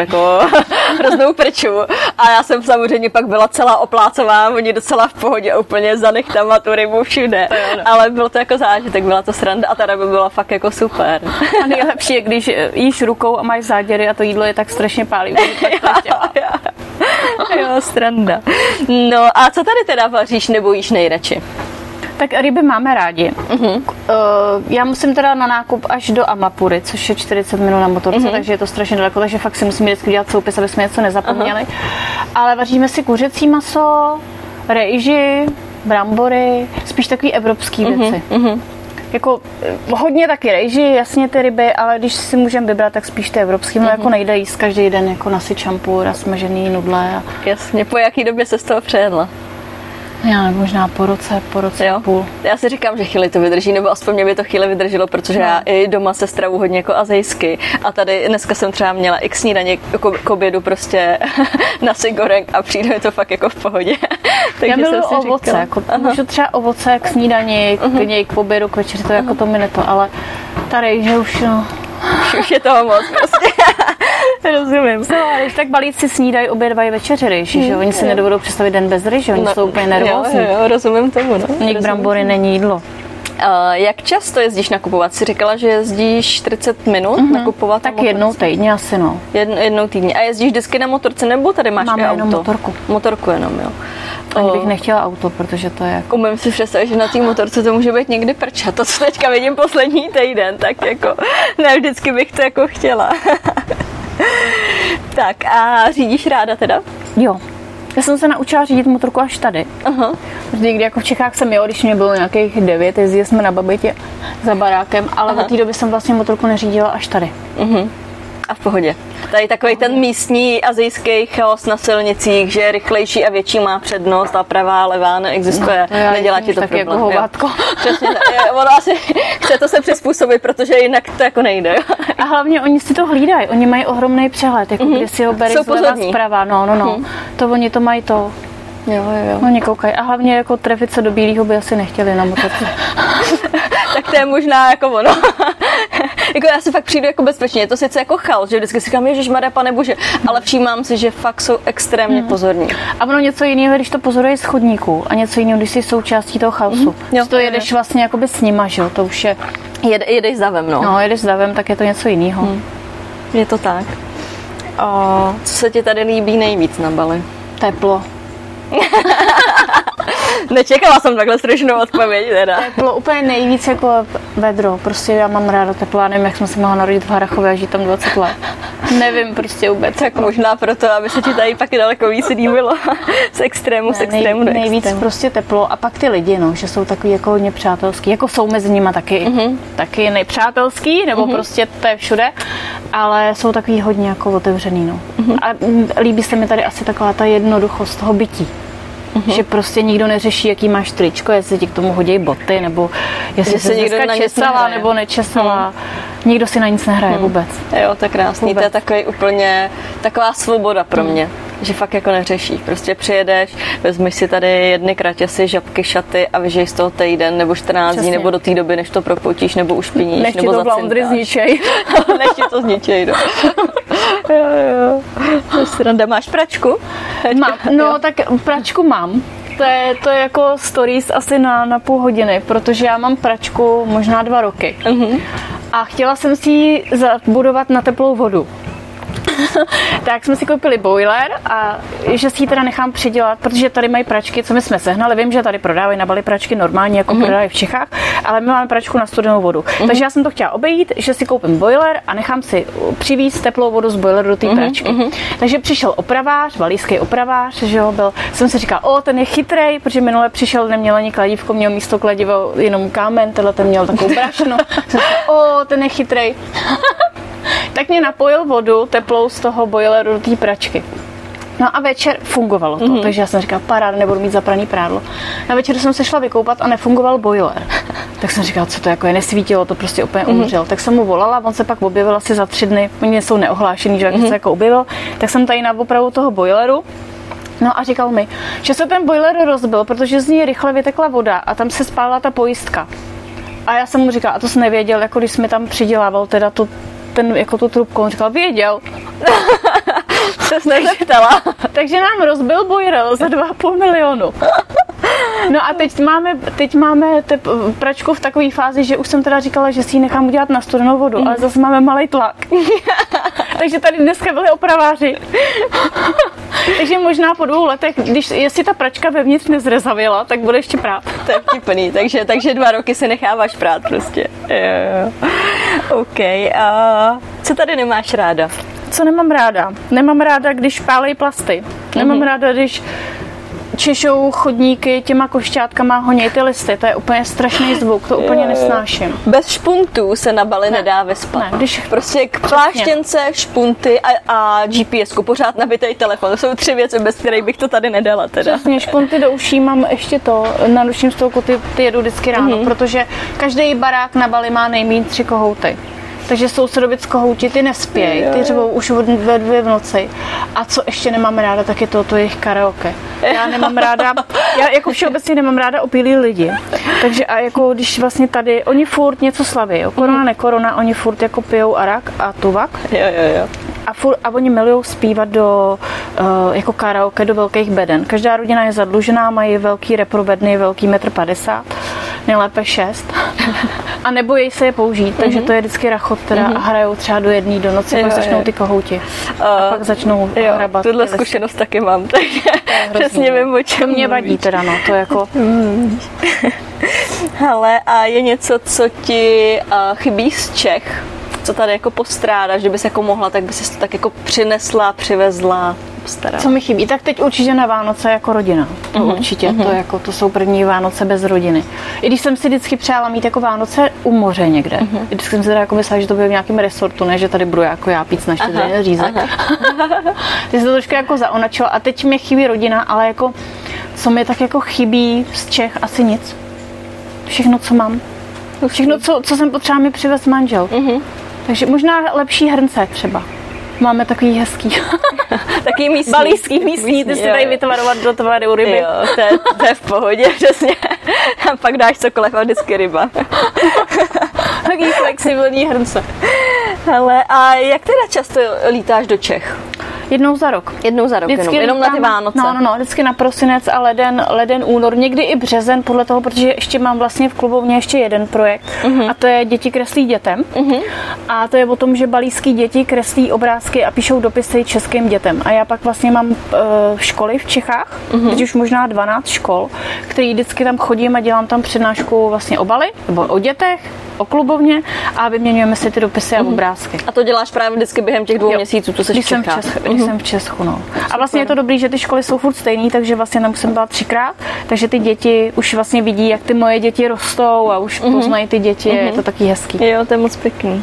prču a já jsem samozřejmě pak byla celá oplácová, oni docela v pohodě, úplně zanechtama tu rybu všude, ale bylo to jako zážitek, byla to sranda a ta ryba byla fakt jako super. A nejlepší je, když jíš rukou a máš záděry a to jídlo je tak strašně pálí. Jo, Stranda. No a co tady teda vaříš nebo jíš nejradši? Tak ryby máme rádi. Já musím teda na nákup až do Amapury, což je 40 minut na motorce, takže je to strašně daleko, takže fakt si musíme vždycky dělat soupis, aby jsme něco nezapomněli. Ale vaříme si kuřecí maso, rejži, brambory, spíš takový evropský věci. Jako hodně taky rejži, jasně ty ryby, ale když si můžeme vybrat, tak spíš ty evropský. No jako nejde jíst každý den jako nasi čampur a smažený nudle. A... Jasně, po jaký době se z toho přejedla? Já nevím, možná po roce a půl. Já si říkám, že chvíli to vydrží, nebo aspoň mě by to chvíli vydrželo, protože já i doma se stravu hodně jako azijsky. A tady dneska jsem třeba měla x snídaně k obědu prostě nasi goreng a přijde mi to fakt jako v pohodě. Já miluji ovoce, jako můžu třeba ovoce k snídani, k obědu, k večeři, to jako to mi neto, ale ta rejže už no. Už je toho moc prostě. Rozumím. No, když tak balíci snídají, obědvají večeři rejži, že oni si nedovedou představit den bez rejže, oni jsou úplně nervózní. Jo, rozumím tomu, no. Nik brambory není jídlo. Jak často jezdíš nakupovat? Jsi říkala, že jezdíš 40 minut nakupovat? Tak jednou týdně asi, no. Jednou týdně. A jezdíš vždycky na motorce, nebo tady máš Máme i auto? Jenom motorku. Motorku jenom, jo. Ani bych nechtěla auto, protože to je jako... Umím si představit, že na té motorce to může být někdy prča. To, co teďka vidím poslední týden, tak jako ne vždycky bych to jako chtěla. Tak a řídíš ráda teda? Jo. Já jsem se naučila řídit motorku až tady. Protože někdy jako v Čechách jsem jela, když mě bylo nějakých 9, jezdili jsme na Babetě za barákem, ale od té doby jsem vlastně motorku neřídila až tady. A v pohodě. Tady takový ten místní azijský chaos na silnicích, že rychlejší a větší má přednost a pravá, levá neexistuje. No, nedělá ti to problém. Jako hovátko. Přesně tak. Ono asi chce to se přizpůsobit, protože jinak to jako nejde. A hlavně oni si to hlídají. Oni mají ohromný přehled, jako když si ho bereš zleva zprava. No. To oni to mají to. Jo. Oni koukají. A hlavně jako trefit se do bílého by asi nechtěli na motorce. Tak to je možná jako ono. Jako já si fakt přijdu jako bezpečně. Je to sice jako chaos, že vždycky si říkám, ježišmarja, panebože, ale všímám si, že fakt jsou extrémně pozorní. A ono něco jiného, když to pozoruje z chodníků a něco jiného, když jsi součástí toho chaosu. To jedeš vlastně jakoby s nima, že jo, to už je... Jedeš s davem, no. No, jedeš s davem, tak je to něco jiného. Je to tak. A co se ti tady líbí nejvíc na Bali? Teplo. Nečekala jsem takhle strašnou odpověď teda. Teplo úplně nejvíc jako vedro. Prostě já mám ráda teplo. Já nevím, jak jsem se mohla narodit v Harrachově a žít tam 20 let. Nevím prostě vůbec. Tak možná proto, aby se ti tady pak daleko víc líbilo. Z extrému do extrému. Nejvíc prostě teplo a pak ty lidi, no, že jsou takový jako hodně přátelský. Jako jsou mezi nimi taky nepřátelský, nebo prostě to je všude. Ale jsou takový hodně jako otevřený, no. A líbí se mi tady asi taková ta jednoduchost toho bytí. Že prostě nikdo neřeší, jaký máš tričko, jestli ti k tomu hodí boty, nebo jestli se dneska česala nebo nečesala. Nikdo si na nic nehraje vůbec. Jo, to je krásný. Vůbec. To je takový úplně taková svoboda pro mě. Že fakt jako neřešíš. Prostě přijedeš, vezmeš si tady jedny kraťasy, žabky, šaty a vyžej z toho týden nebo 14 dní, nebo do té doby, než to propoutíš, nebo ušpiníš, než nebo zacintáš. Než ti to v laundry zničej. Než ti to zničej, no. Jo. Sranda, máš pračku? Tak pračku mám. To je jako stories asi na půl hodiny, protože já mám pračku možná 2 roky. A chtěla jsem si ji zabudovat na teplou vodu. Tak jsme si koupili boiler a že si ji teda nechám přidělat, protože tady mají pračky, co my jsme sehnali. Vím, že tady prodávají na Bali pračky normálně, jako prodávají v Čechách, ale my máme pračku na studenou vodu. Takže já jsem to chtěla obejít, že si koupím boiler a nechám si přivízt teplou vodu z boileru do té pračky. Takže přišel opravář, valíský opravář, že jo, jsem si říkala, ten je chytrej, protože minule přišel, neměl ani kladívko, měl místo kladiva jenom kámen, ten měl takovou brašnu. Ten je chytrej. Tak mě napojil vodu teplou z toho boileru do té pračky. No a večer fungovalo to, takže já jsem říkala, paráda, nebudu mít zapraný prádlo. Na večer jsem se šla vykoupat a nefungoval boiler. Tak jsem říkala, co to jako je, nesvítilo, to prostě úplně umřel. Tak jsem mu volala, on se pak objevil asi za 3 dny, oni jsou neohlášený, že se jako objevil. Tak jsem tady na opravu toho boileru. No a říkal mi, že se ten boiler rozbil, protože z ní rychle vytekla voda a tam se spálila ta pojistka. A já jsem mu říkala, a to jsem nevěděl, jako když mi tam přidělával teda tu trubku, on říkal, věděl. Se jsi nezeptala. Takže nám rozbil boiler za 2,5 milionu. No a teď máme pračku v takové fázi, že už jsem teda říkala, že si ji nechám udělat na studenou vodu, ale zase máme malej tlak. Takže tady dneska byli opraváři. Takže možná po 2 letech, jestli ta pračka vevnitř nezrezavila, tak bude ještě prát. To je vtipný, takže 2 roky si necháváš prát prostě. Jo. OK. A co tady nemáš ráda? Co nemám ráda? Nemám ráda, když pálej plasty. Nemám ráda, když češou chodníky těma košťátkama, honěj ty listy. To je úplně strašný zvuk, to úplně nesnáším. Bez špuntů se na Bali nedá vyspat. Ne, když... Prostě k pláštěnce, špunty a GPS-ku, pořád nabitej telefon. To jsou 3 věci, bez kterých bych to tady nedala teda. Přesně, špunty do uší mám ještě to, na nočním stolku ty jedu vždycky ráno, protože každý barák na Bali má nejméně 3 kohouty. Takže sousedovic kohouti, ty nespějí, ty řvou už ve 2 v noci. A co ještě nemám ráda, tak je to jejich karaoke. Já nemám ráda, já jako všeobecně nemám ráda opilí lidi. Takže a jako když vlastně tady, oni furt něco slaví, korona, nekorona, oni furt jako pijou arak a tuvak. Jo. A oni milujou zpívat do jako karaoke do velkých beden. Každá rodina je zadlužená, mají velký reprovedny, velký 1,50 m, nejlépe 6. A nebojí se je použít, takže to je vždycky rachot, teda a hrajou třeba do 1 do noci, pak začnou ty kohouti. A pak začnou hrabat. Tuhle zkušenost taky mám, takže přesně vím, o čem mě vadí teda, no, to jako... Hele, a je něco, co ti chybí z Čech? Co tady jako postrádáš, že bys jako mohla, tak bys to tak jako přinesla, přivezla, postarala. Co mi chybí? Tak teď určitě na Vánoce jako rodina. To určitě, to jsou první Vánoce bez rodiny. I když jsem si vždycky přála mít jako Vánoce u moře někde. Vždycky jsem si teda jako myslela, že to bude v nějakém resortu, ne, že tady budu jako já pít na Štědrý řízek. Ty se to trošku jako zaonačilo a teď mi chybí rodina, ale jako co mi tak jako chybí z Čech, asi nic. Všechno, co mám. Všechno, co jsem potřeba mi přivez manžel. Takže možná lepší hrnce třeba. Máme takový hezký. Takový místní. Balíský místní, ty si dají vytvarovat do tvaru ryby. Jo, to je v pohodě, přesně. A pak dáš cokoliv a vždycky ryba. Takový flexibilní hrnce. Hele, a jak teda často lítáš do Čech? Jednou za rok. Jenom na ty Vánoce. No, vždycky na prosinec a leden, únor, někdy i březen, podle toho, protože ještě mám vlastně v klubovně ještě jeden projekt a to je Děti kreslí dětem. A to je o tom, že balíský děti kreslí obrázky a píšou dopisy českým dětem. A já pak vlastně mám školy v Čechách, teď už možná 12 škol, který vždycky tam chodím a dělám tam přednášku vlastně o Bali, nebo o dětech, o klubovně a vyměňujeme si ty dopisy a obrázky. A to děláš právě vždycky během těch 2 měsíců, co jsi v Čechách. Když jsem v Česku, no. A vlastně je to dobrý, že ty školy jsou furt stejný, takže vlastně nemusím byla 3krát, takže ty děti už vlastně vidí, jak ty moje děti rostou a už poznají ty děti, je to taky hezký. Jo, to je moc pěkný.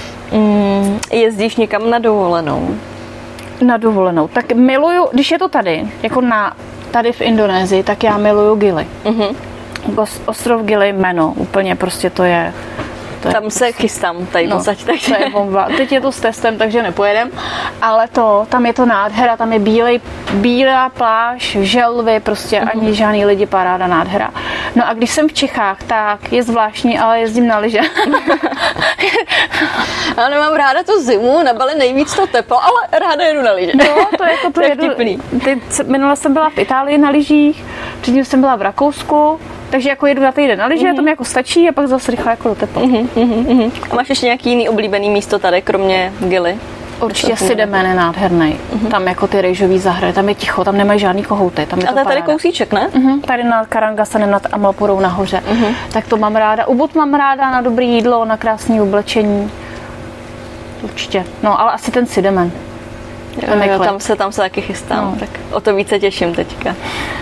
Jezdíš někam na dovolenou? Na dovolenou. Tak miluju, když je to tady, jako tady v Indonésii, tak já miluju Gili. Ostrov Gili, jméno, úplně prostě to je tam se chystám, tady posaď, takže. To je bomba. Teď je to s testem, takže nepojedem, ale tam je to nádhera, tam je bílá pláž, želvy, prostě ani žádný lidi, paráda, nádhera. No a když jsem v Čechách, tak je zvláštní, ale jezdím na lyže. Já nemám ráda tu zimu, na Bali nejvíc to teplo, ale ráda jedu na lyže. No, to je jako to jedu. Minule jsem byla v Itálii na lyžích, předtím jsem byla v Rakousku. Takže jako jedu na týden na lyže, to mi jako stačí a pak zase rychle jako do tepla. A máš ještě nějaký jiný oblíbený místo tady, kromě Gili? Určitě Sidemen je nádherný. Tam jako ty rejžový zahrady, tam je ticho, tam nemají žádný kohouty. Tam je a to je tady kousíček, ne? Tady nad Karangasanem, nad Amalpurou nahoře. Tak to mám ráda. Ubud mám ráda na dobré jídlo, na krásné oblečení. Určitě. No, ale asi ten Sidemen. Tam se taky chystám, tak o to více těším teďka.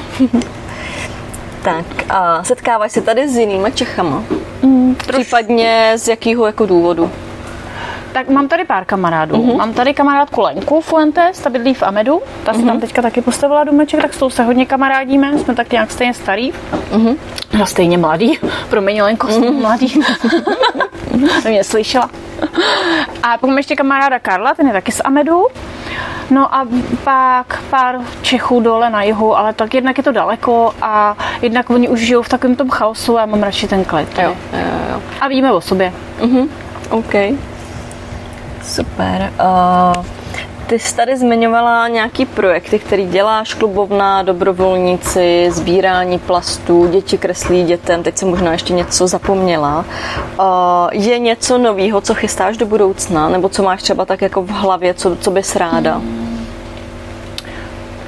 Tak a setkáváš se tady s jinýma Čechama? Případně z jakého jako důvodu? Tak mám tady pár kamarádů. Mám tady kamarádku Lenku Fuentes, ta bydlí v Amedu. Ta si tam teďka taky postavila domeček, tak s tou se hodně kamarádíme. Jsme tak nějak stejně starý. No stejně mladý. Promiň, Lenko, jsme mladý. To mě slyšela. A potom ještě kamaráda Karla, ten je taky z Amedu. No a pak pár Čechů dole na jihu, ale tak jednak je to daleko a jednak oni už žijou v takovém tom chaosu a já mám radši ten klid. Jo. A víme o sobě. OK. Super. Ty jsi tady zmiňovala nějaký projekty, který děláš, klubovna, dobrovolníci, sbírání plastů, děti kreslí dětem, teď jsem možná ještě něco zapomněla. Je něco novýho, co chystáš do budoucna, nebo co máš třeba tak jako v hlavě, co bys ráda?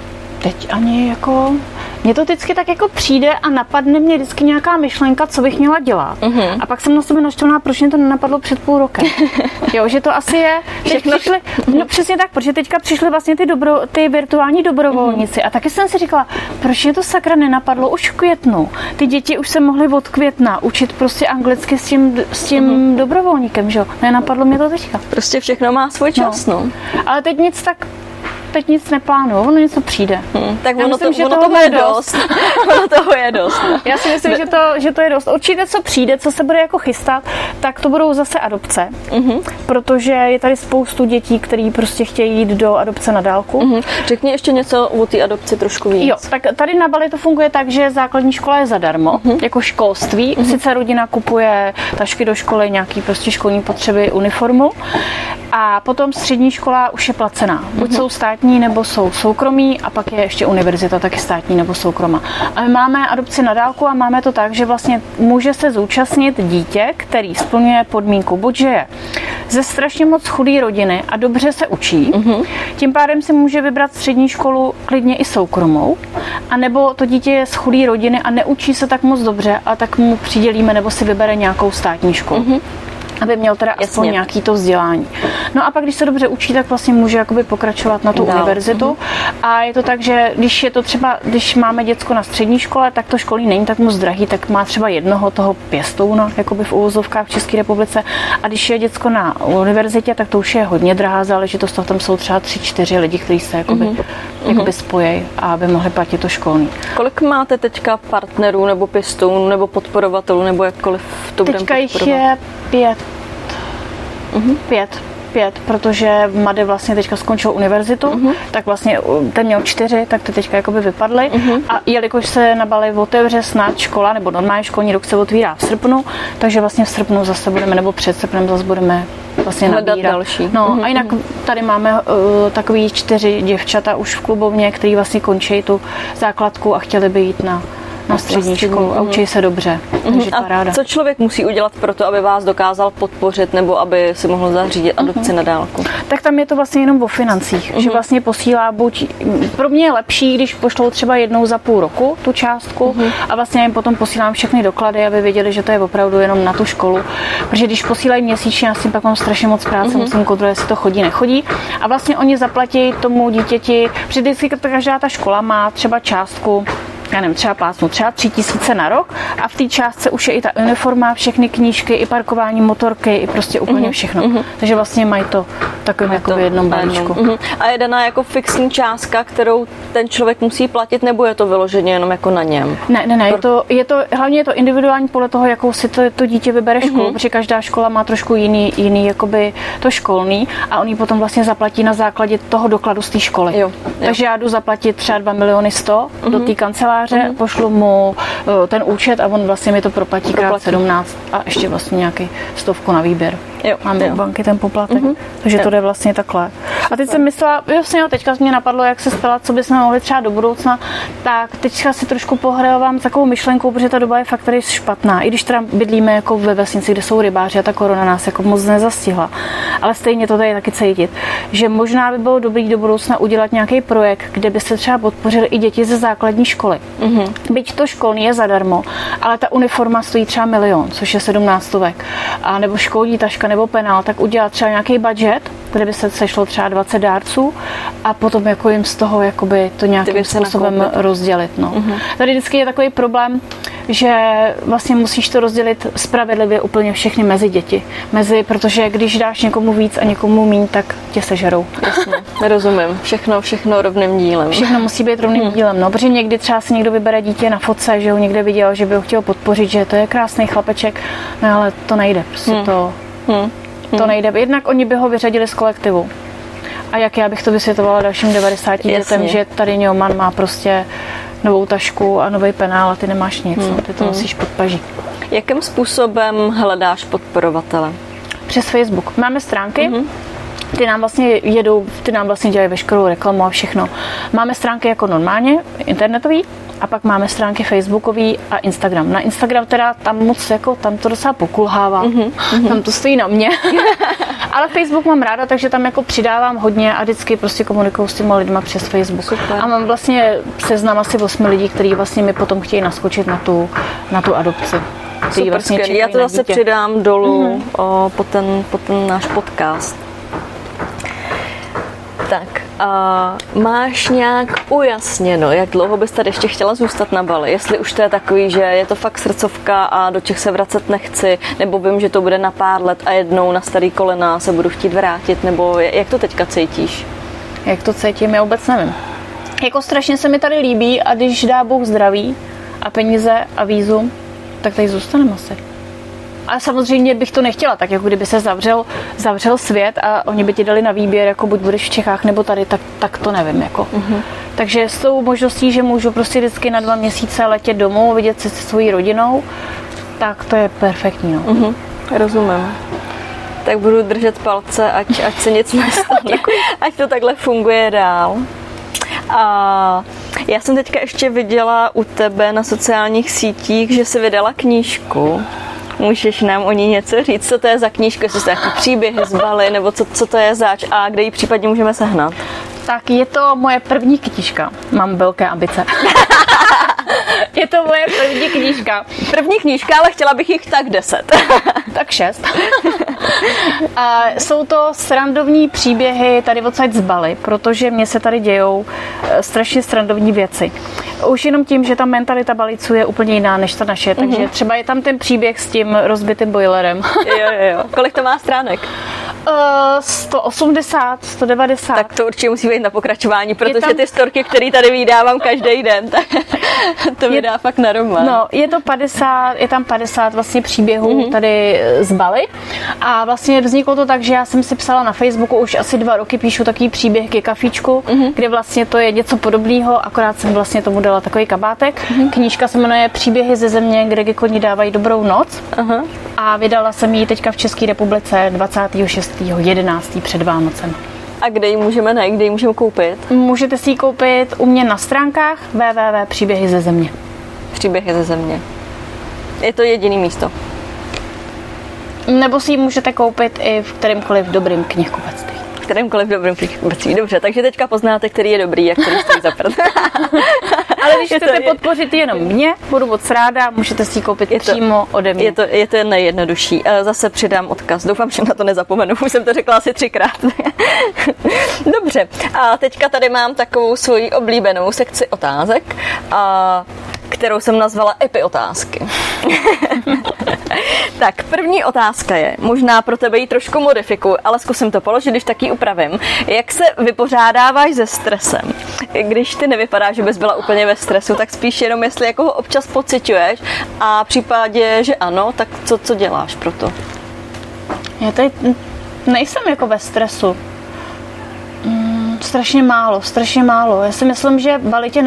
Teď ani jako... Mně to vždycky tak jako přijde a napadne mě vždycky nějaká myšlenka, co bych měla dělat. A pak jsem na sebe naštvaná, proč mě to nenapadlo před půl rokem. Jo, že to asi je... Přišli, no přesně tak, protože teďka přišly vlastně ty virtuální dobrovolníci a taky jsem si říkala, proč mě to sakra nenapadlo už v květnu. Ty děti už se mohly od května učit prostě anglicky s tím dobrovolníkem, že jo. Nenapadlo mě to teďka. Prostě všechno má svůj čas, no. Ale teď nic neplánuju, ono něco přijde. Tak ono toho je dost. Ono toho je dost. Já si myslím, že to je dost. Určitě, co přijde, co se bude jako chystat, tak to budou zase adopce. Protože je tady spoustu dětí, který prostě chtějí jít do adopce na dálku. Řekni ještě něco o té adopci trošku víc. Jo, tak tady na Bali to funguje tak, že základní škola je zadarmo, jako školství. Sice rodina kupuje tašky do školy, nějaký prostě školní potřeby, uniformu. A potom střední škola už je placená. Buď jsou státní, nebo jsou soukromí a pak je ještě univerzita, taky státní nebo soukromá. A my máme adopci na dálku a máme to tak, že vlastně může se zúčastnit dítě, který splňuje podmínku, buď že je ze strašně moc chudé rodiny a dobře se učí, tím pádem si může vybrat střední školu klidně i soukromou, anebo to dítě je z chudé rodiny a neučí se tak moc dobře a tak mu přidělíme nebo si vybere nějakou státní školu. Aby měl teda aspoň nějaký to vzdělání. No a pak, když se dobře učí, tak vlastně může jakoby pokračovat na tu univerzitu. A je to tak, že když máme děcko na střední škole, tak to školní není tak moc drahý, tak má třeba jednoho toho pěstouna, jakoby v uvozovkách v České republice. A když je děcko na univerzitě, tak to už je hodně drahá záležitost, tam jsou třeba 3-4 lidi, kteří se jakoby spojí, aby mohli platit to školní. Kolik máte teďka partnerů nebo pěstounů nebo podporovatelů, nebo jakkoliv to budeme podporovat? Teďka jich je 5, protože Mady vlastně teďka skončil univerzitu, tak vlastně ten měl 4, tak ty teďka jakoby vypadly. A jelikož se na Bali otevře snad škola, nebo normální školní rok se otvírá v srpnu, takže vlastně v srpnu zase budeme, nebo před srpnem zase budeme vlastně nabírat další. No a jinak tady máme takový 4 děvčata už v klubovně, který vlastně končí tu základku a chtěli by jít na střední školu a učí se dobře. Takže paráda. A co člověk musí udělat pro to, aby vás dokázal podpořit nebo aby si mohl zařídit adopci na dálku? Tak tam je to vlastně jenom o financích, že vlastně posílá pro mě je lepší, když pošlou třeba jednou za půl roku tu částku a vlastně jim potom posílám všechny doklady, aby věděli, že to je opravdu jenom na tu školu. Protože když posílají měsíčně, já s tím pak mám strašně moc práce, musím kontrolovat, jestli to chodí, nechodí. A vlastně oni zaplatí tomu dítěti, protože vždycky každá ta škola má třeba částku, já nevím, třeba 3 000 na rok a v té částce už je i ta uniforma, všechny knížky, i parkování motorky, i prostě úplně všechno. Takže vlastně mají to takovým jako v jednom balíčku. A je daná jako fixní částka, kterou ten člověk musí platit, nebo je to vyloženě jenom jako na něm? Ne, hlavně je to individuální podle toho, jakou si to dítě vybere školu, protože každá škola má trošku jiný jakoby to školní a oni potom vlastně zaplatí na základě toho dokladu z té školy. Jo. Takže já jdu zaplatit třeba 2 100 000 do té kanceláře, pošlu mu ten účet a on vlastně mi to proplatí krát 17 a ještě vlastně nějaký 100 na výběr. Máme u banky ten poplatek, takže to jde vlastně takhle. A teď jsem myslela, teďka mě napadlo, jak se stát, co bychom mohli třeba do budoucna, tak teďka si trošku pohrávám takovou myšlenkou, protože ta doba je fakt tady špatná. I když teda bydlíme jako ve vesnici, kde jsou rybáři a ta korona nás jako moc nezastihla. Ale stejně to tady taky cítit, že možná by bylo dobrý do budoucna udělat nějaký projekt, kde by se třeba podpořili i děti ze základní školy. Byť to školní je zadarmo, ale ta uniforma stojí třeba 1 000 000, což je 17 000. A nebo školní taška nebo penál, tak udělat třeba nějaký budget, kde by se sešlo třeba 20 dárců a potom jako jim z toho jakoby to nějakým způsobem rozdělit. No. Tady vždycky je takový problém, že vlastně musíš to rozdělit spravedlivě úplně všechny mezi děti. Protože když dáš někomu víc a někomu míň, tak tě sežerou. Jasně, rozumím. Všechno rovným dílem. Všechno musí být rovným dílem. No, protože někdy třeba si někdo vybere dítě na fotce, že ho někde viděl, že by ho chtěl podpořit, že to je krásný chlapeček, no ale to nejde. Prostě to nejde. Jednak oni by ho vyřadili z kolektivu. A jak já bych to vysvětlovala dalším 90 dětem, že tady Newman má prostě novou tašku a nový penál a ty nemáš nic. Ty to nosíš pod paží. Jakým způsobem hledáš podporovatele? Přes Facebook. Máme stránky, ty nám vlastně dělají veškerou reklamu a všechno. Máme stránky jako normálně, internetový, a pak máme stránky facebookový a Instagram. Na Instagram teda tam moc jako, tam to docela pokulhává. Tam to stojí na mě. Ale Facebook mám ráda, takže tam jako přidávám hodně a vždycky prostě komunikuju s těma lidma přes Facebook. Super. A mám vlastně seznam asi 8 lidí, kteří vlastně mi potom chtějí naskočit na tu adopci. Super, vlastně já to zase přidám dolů po ten náš podcast. Tak, máš nějak ujasněno, jak dlouho bys tady ještě chtěla zůstat na Bali? Jestli už to je takový, že je to fakt srdcovka a do Čech se vracet nechci, nebo vím, že to bude na pár let a jednou na starý kolena se budu chtít vrátit, nebo jak to teďka cítíš? Jak to cítím, já vůbec nevím. Jako strašně se mi tady líbí a když dá Bůh zdraví a peníze a vízum, tak tady zůstaneme asi. A samozřejmě bych to nechtěla, tak jako kdyby se zavřel svět a oni by ti dali na výběr, jako buď budeš v Čechách nebo tady, tak to nevím. Jako. Takže s tou možností, že můžu prostě vždycky na 2 měsíce letět domů, vidět se se svojí rodinou, tak to je perfektní. No. Rozumím. Tak budu držet palce, ať se nic nestane, ať to takhle funguje dál. A já jsem teďka ještě viděla u tebe na sociálních sítích, že jsi vydala knížku. Můžeš nám o ní něco říct, co to je za knížku, jestli to je nějaký příběhy z Bali, nebo co to je zač a kde ji případně můžeme sehnat? Tak je to moje první knížka. Mám velké ambice. Je to moje první knížka. První knížka, ale chtěla bych jich tak 10. Tak 6. A jsou to srandovní příběhy tady odsaď z Bali, protože mně se tady dějou strašně srandovní věci. Už jenom tím, že ta mentalita Baliců je úplně jiná než ta naše, takže třeba je tam ten příběh s tím rozbitým boilerem. Jo. Kolik to má stránek? 180, 190. Tak to určitě musí být na pokračování, protože ty storky, které tady vydávám každý den, to vydá fakt na román. No, je tam 50 vlastně příběhů tady z Bali a vlastně vzniklo to tak, že já jsem si psala na Facebooku, už asi 2 roky píšu takový příběh ke kafíčku, kde vlastně to je něco podobného, akorát jsem vlastně tomu dala takový kabátek. Knížka se jmenuje Příběhy ze země, kde gekoni dávají dobrou noc. A vydala jsem ji teďka v České republice 26.11. před Vánocem. A kde ji můžeme najít, kde ji můžeme koupit? Můžete si ji koupit u mě na stránkách www.příběhy ze země. Příběhy ze země. Je to jediný místo? Nebo si ji můžete koupit i v kterémkoliv dobrým knihkupectví. V kterémkoliv dobrým knihkupectví. Dobře, takže teďka poznáte, který je dobrý a který stojí za prd. Ale když chcete podpořit jenom mě, budu moc ráda, můžete si ji koupit přímo ode mě. Je to nejjednodušší. Zase přidám odkaz. Doufám, že na to nezapomenu. Už jsem to řekla asi 3krát. Dobře. A teďka tady mám takovou svoji oblíbenou sekci otázek, kterou jsem nazvala Epi otázky. Tak, první otázka je, možná pro tebe ji trošku modifikuju, ale zkusím to položit, když taky upravím. Jak se vypořádáváš se stresem? Když ty nevypadá, že bys byla úplně ve stresu, tak spíš jenom jestli jako ho občas pociťuješ a v případě, že ano, tak co děláš pro to? Já tady nejsem jako ve stresu. Strašně málo. Já si myslím, že Bali tě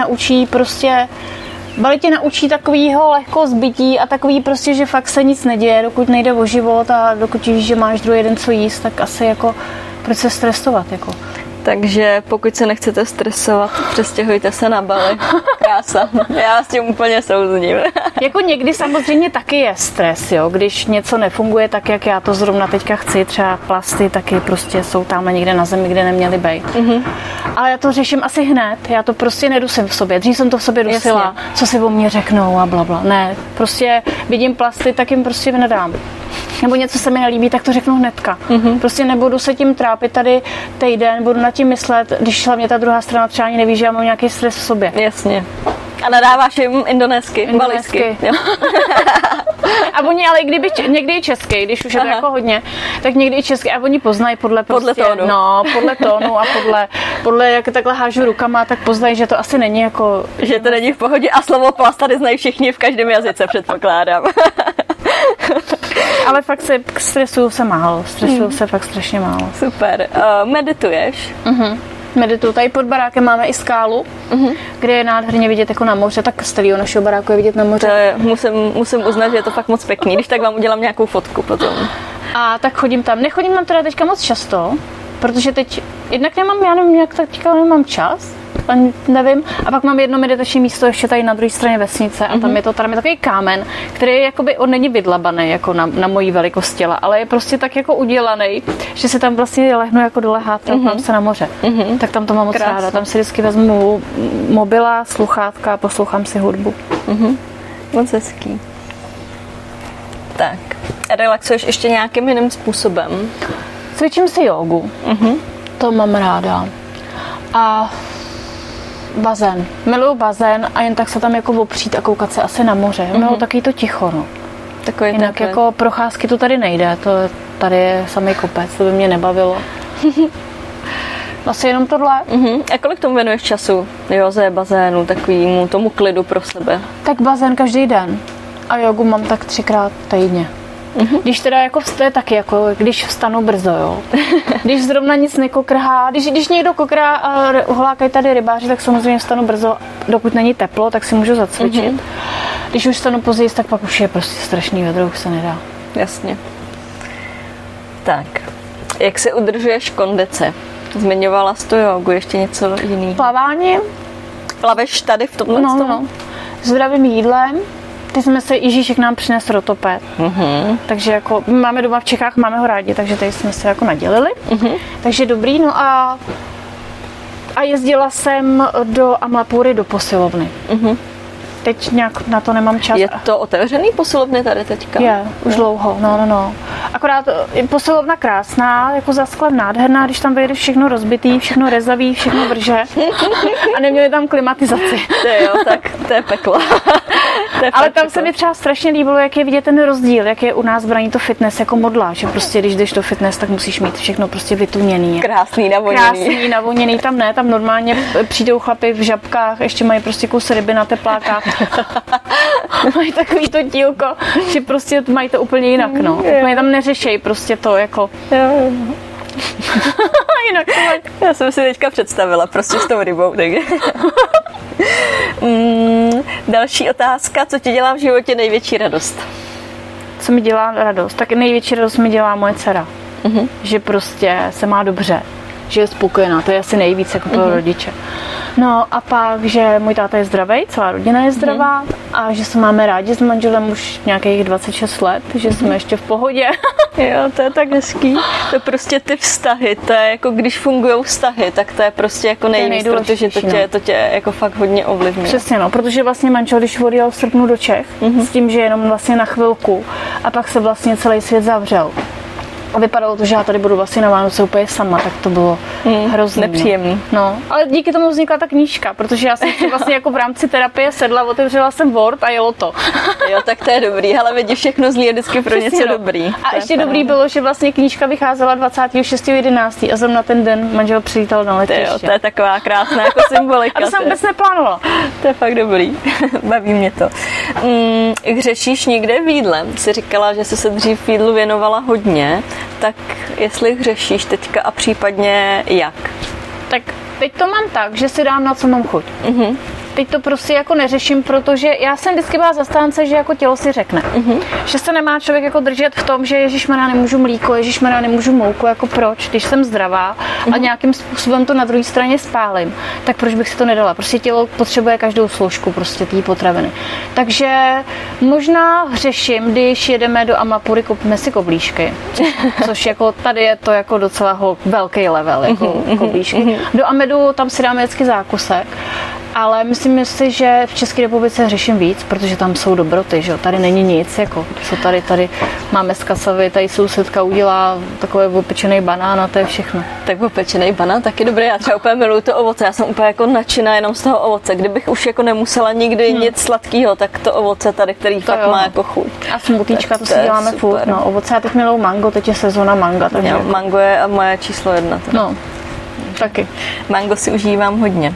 naučí takovýho lehko zbytí a takový prostě, že fakt se nic neděje, dokud nejde o život a dokud víš, že máš druhý den co jíst, tak asi jako proč se stresovat, jako. Takže pokud se nechcete stresovat, přestěhujte se na Bali. Krása. Já s tím úplně souzním. Jako někdy samozřejmě taky je stres, jo. Když něco nefunguje tak, jak já to zrovna teďka chci, třeba plasty taky prostě jsou tam někde na zemi, kde neměly být. Ale já to řeším asi hned, já to prostě nedusím v sobě. Dřív jsem to v sobě dusila, co si o mě řeknou a blabla. Ne, prostě vidím plasty, tak jim prostě nedám. Nebo něco se mi nelíbí, tak to řeknu hnedka. Prostě nebudu se tím trápit tady týden, budu nad tím myslet, když hlavně ta druhá strana třeba ani neví, že já mám nějaký stres v sobě. Jasně. A nadáváš jim indonésky, balijsky. A oni, ale kdyby někdy i česky, když už je to jako hodně, tak někdy i česky a oni poznají podle tónu. No, podle tónu a podle jak takhle hážu rukama, tak poznají, že to asi není jako... Že to není v pohodě a slovo plast tady znají všichni v každém jazyce, předpokládám. Ale fakt se stresuju se fakt strašně málo. Super. Medituješ? Medituju. Tady pod barákem máme i skálu, kde je nádherně vidět jako na moře, tak z celého našeho baráku je vidět na moře. To je, musím uznat, že je to fakt moc pěkný, když tak vám udělám nějakou fotku potom. A tak chodím tam. Nechodím tam teda teďka moc často, protože teď jednak nemám, já nevím, jak teďka nemám čas. ani nevím. A pak mám jedno meditační místo ještě tady na druhé straně vesnice a tam je takový kámen, který jakoby, on není vydlabaný jako na mojí velikost těla, ale je prostě tak jako udělaný, že si tam vlastně lehnu jako dole hátra, mám se na moře. Tak tam to mám moc ráda. Tam si vždycky vezmu mobila, sluchátka a poslouchám si hudbu. Moc hezký. Tak, relaxuješ ještě nějakým jiným způsobem? Cvičím si jógu. To mám ráda. A bazén. Miluju bazén a jen tak se tam jako opřít a koukat se asi na moře. Miluju taky to ticho, no. Takový jinak jako procházky to tady nejde. To tady je samý kopec, to by mě nebavilo. Asi jenom tohle. A kolik tomu věnuješ času? Józe, bazénu, takovýmu tomu klidu pro sebe? Tak bazén každý den. A jogu mám tak 3krát týdně. Když teda jako vstaje taky, jako když vstanu brzo, jo. Když zrovna nic nekokrhá, když někdo kokrá a hlákají tady rybáři, tak samozřejmě vstanu brzo, dokud není teplo, tak si můžu zacvičit. Když už vstanu později, tak pak už je prostě strašný vedro, už se nedá. Jasně. Tak, jak se udržuješ kondice? Zmiňovala jsi tu jogu, ještě něco jiného? Plavání. Plaveš tady v tomhle? No. Zdravým jídlem. Ty jsme se, Ježíšek nám přinesl rotopéd. Takže jako, my máme doma v Čechách, máme ho rádi, takže tady jsme se jako nadělili. Takže dobrý, no a jezdila jsem do Amapury do posilovny. Teď nějak na to nemám čas. Je to otevřený posilovny tady teďka? Je, už dlouho, no. Akorát je posilovna krásná, jako za sklem nádherná, když tam vejde všechno rozbitý, všechno rezavý, všechno vrže a neměli tam klimatizaci. Tak to je peklo. Ale tam se mi třeba strašně líbilo, jak je vidět ten rozdíl, jak je u nás braní to fitness jako modla, že prostě když jdeš do fitness, tak musíš mít všechno prostě vytuněný. Krásný, navoněný, tam ne, tam normálně přijdou chlapi v žabkách, ještě mají prostě kus ryby na teplákách. Mají takový to dílko, že prostě mají to úplně jinak, no. Úplně tam neřešejí prostě to, jako... Jinak to mají. Já jsem si teďka představila prostě s tou rybou, takže... Další otázka, co ti dělá v životě největší radost? Co mi dělá radost? Tak největší radost mi dělá moje dcera. Že prostě se má dobře, že je spokojená, to je asi nejvíc jako pro rodiče. No a pak, že můj táta je zdravý, celá rodina je zdravá a že se máme rádi s manželem už nějakých 26 let, že jsme ještě v pohodě. Jo, to je tak hezký. To prostě ty vztahy, to je jako když fungujou vztahy, tak to je prostě jako nejvíc, protože to tě jako fakt hodně ovlivňuje. Přesně, no, protože vlastně manžel, když odjel v srpnu do Čech, s tím, že jenom vlastně na chvilku a pak se vlastně celý svět zavřel. A vypadalo to, že já tady budu vlastně na Vánoce úplně sama, tak to bylo hrozný. Nepříjemný. No, ale díky tomu vznikla ta knížka, protože já jsem vlastně jako v rámci terapie sedla, otevřela jsem Word a jelo to. Jo, tak to je dobrý, ale vidíš, všechno zlý je vždycky pro něco dobrý. A ještě dobrý bylo, že vlastně knížka vycházela 26.11. a zrovna ten den manžel přivítal na letiště. To je taková krásná jako symbolika. A to jsem vůbec neplánovala. To je fakt dobrý, baví mě to. Hřešíš někde v jídle? Jsi říkala, že jsi se dřív v jídlu věnovala hodně. Tak jestli hřešíš teďka a případně jak? Tak teď to mám tak, že si dám na co mám chuť. Teď to prostě jako neřeším, protože já jsem vždycky byla zastánce, že jako tělo si řekne. Že se nemá člověk jako držet v tom, že ježišmarja nemůžu mlíko, ježišmarja nemůžu mouku, jako proč, když jsem zdravá a nějakým způsobem to na druhé straně spálím, tak proč bych si to nedala? Prostě tělo potřebuje každou složku prostě té potraviny. Takže možná hřeším, když jedeme do Amapury, koupíme si koblížky, což jako tady je to jako docela velký level, jako koblížky. Do Amedu tam si dáme vždycky zákusek. Ale myslím si, že v České republice řeším víc, protože tam jsou dobroty, že jo? Tady není nic, jako co tady máme z Kasavy, tady sousedka udělá takový opečený banán a to je všechno. Tak opečený banán taky dobrý, já třeba úplně miluju to ovoce, já jsem úplně jako nadšená jenom z toho ovoce, kdybych už jako nemusela nikdy nic sladkého, tak to ovoce tady, který to fakt má jako chuť. A smutíčka, to si děláme furt, no, ovoce, já teď miluju mango, teď je sezóna manga, takže jo, mango je moje číslo 1. Teda. No, taky. Mango si užívám hodně.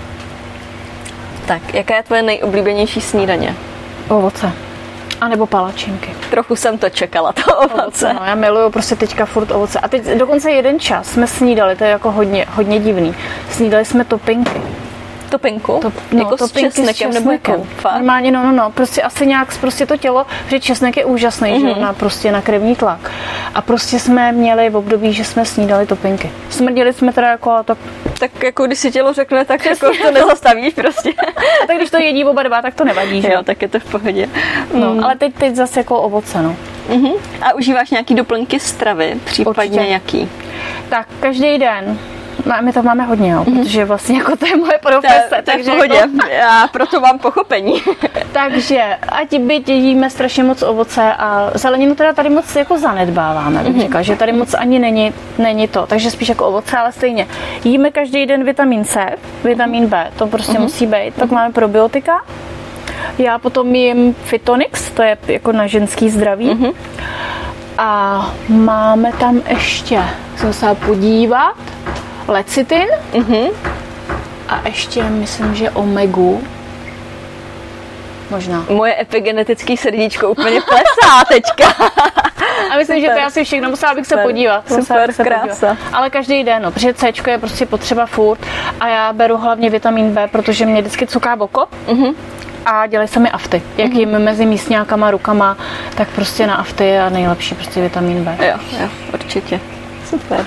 Tak, jaká je tvoje nejoblíbenější snídaně? Ovoce. A nebo palačinky. Trochu jsem to čekala, to ovoce. No, já miluju prostě teďka furt ovoce. A teď dokonce jeden čas jsme snídali, to je jako hodně divný. Snídali jsme topinky. Topinku? Jako topinky s česnekem nebo jakou? Normálně, no. Prostě asi nějak prostě to tělo, že česnek je úžasný, že prostě na krevní tlak. A prostě jsme měli v období, že jsme snídali topinky. Smrdili jsme teda jako tak Tak jako když si tělo řekne, tak jako to nezastavíš prostě. A tak když to jedí oba dva, tak to nevadí, že? Jo, tak je to v pohodě. No, ale teď zase jako ovoce, no. A užíváš nějaký doplňky stravy, případně jaký? Tak každý den. My to máme hodně, jo, protože vlastně jako to je moje profese. To je v pohodě. Jako... Já proto mám pochopení. Takže ať byť jíme strašně moc ovoce a zeleninu teda tady moc jako zanedbáváme, bych řekla, že tady moc ani není to, takže spíš jako ovoce, ale stejně. Jíme každý den vitamin C, vitamin B, to prostě musí být, pak máme probiotika. Já potom jím Phytonix, to je jako na ženský zdraví. A máme tam ještě, jsem se podívat, lecitin a ještě myslím, že omegu. Možná. Moje epigenetické srdíčko úplně plesá teďka. A myslím, že to je asi všechno, musela bych se podívat. Super, krása. Ale každý den, no, protože C je prostě potřeba furt a já beru hlavně vitamin B, protože mě vždycky cuká oko. A dělají se mi afty. Jak jim mezi místňákama, rukama, tak prostě na afty je nejlepší prostě vitamin B. Jo, určitě. Super.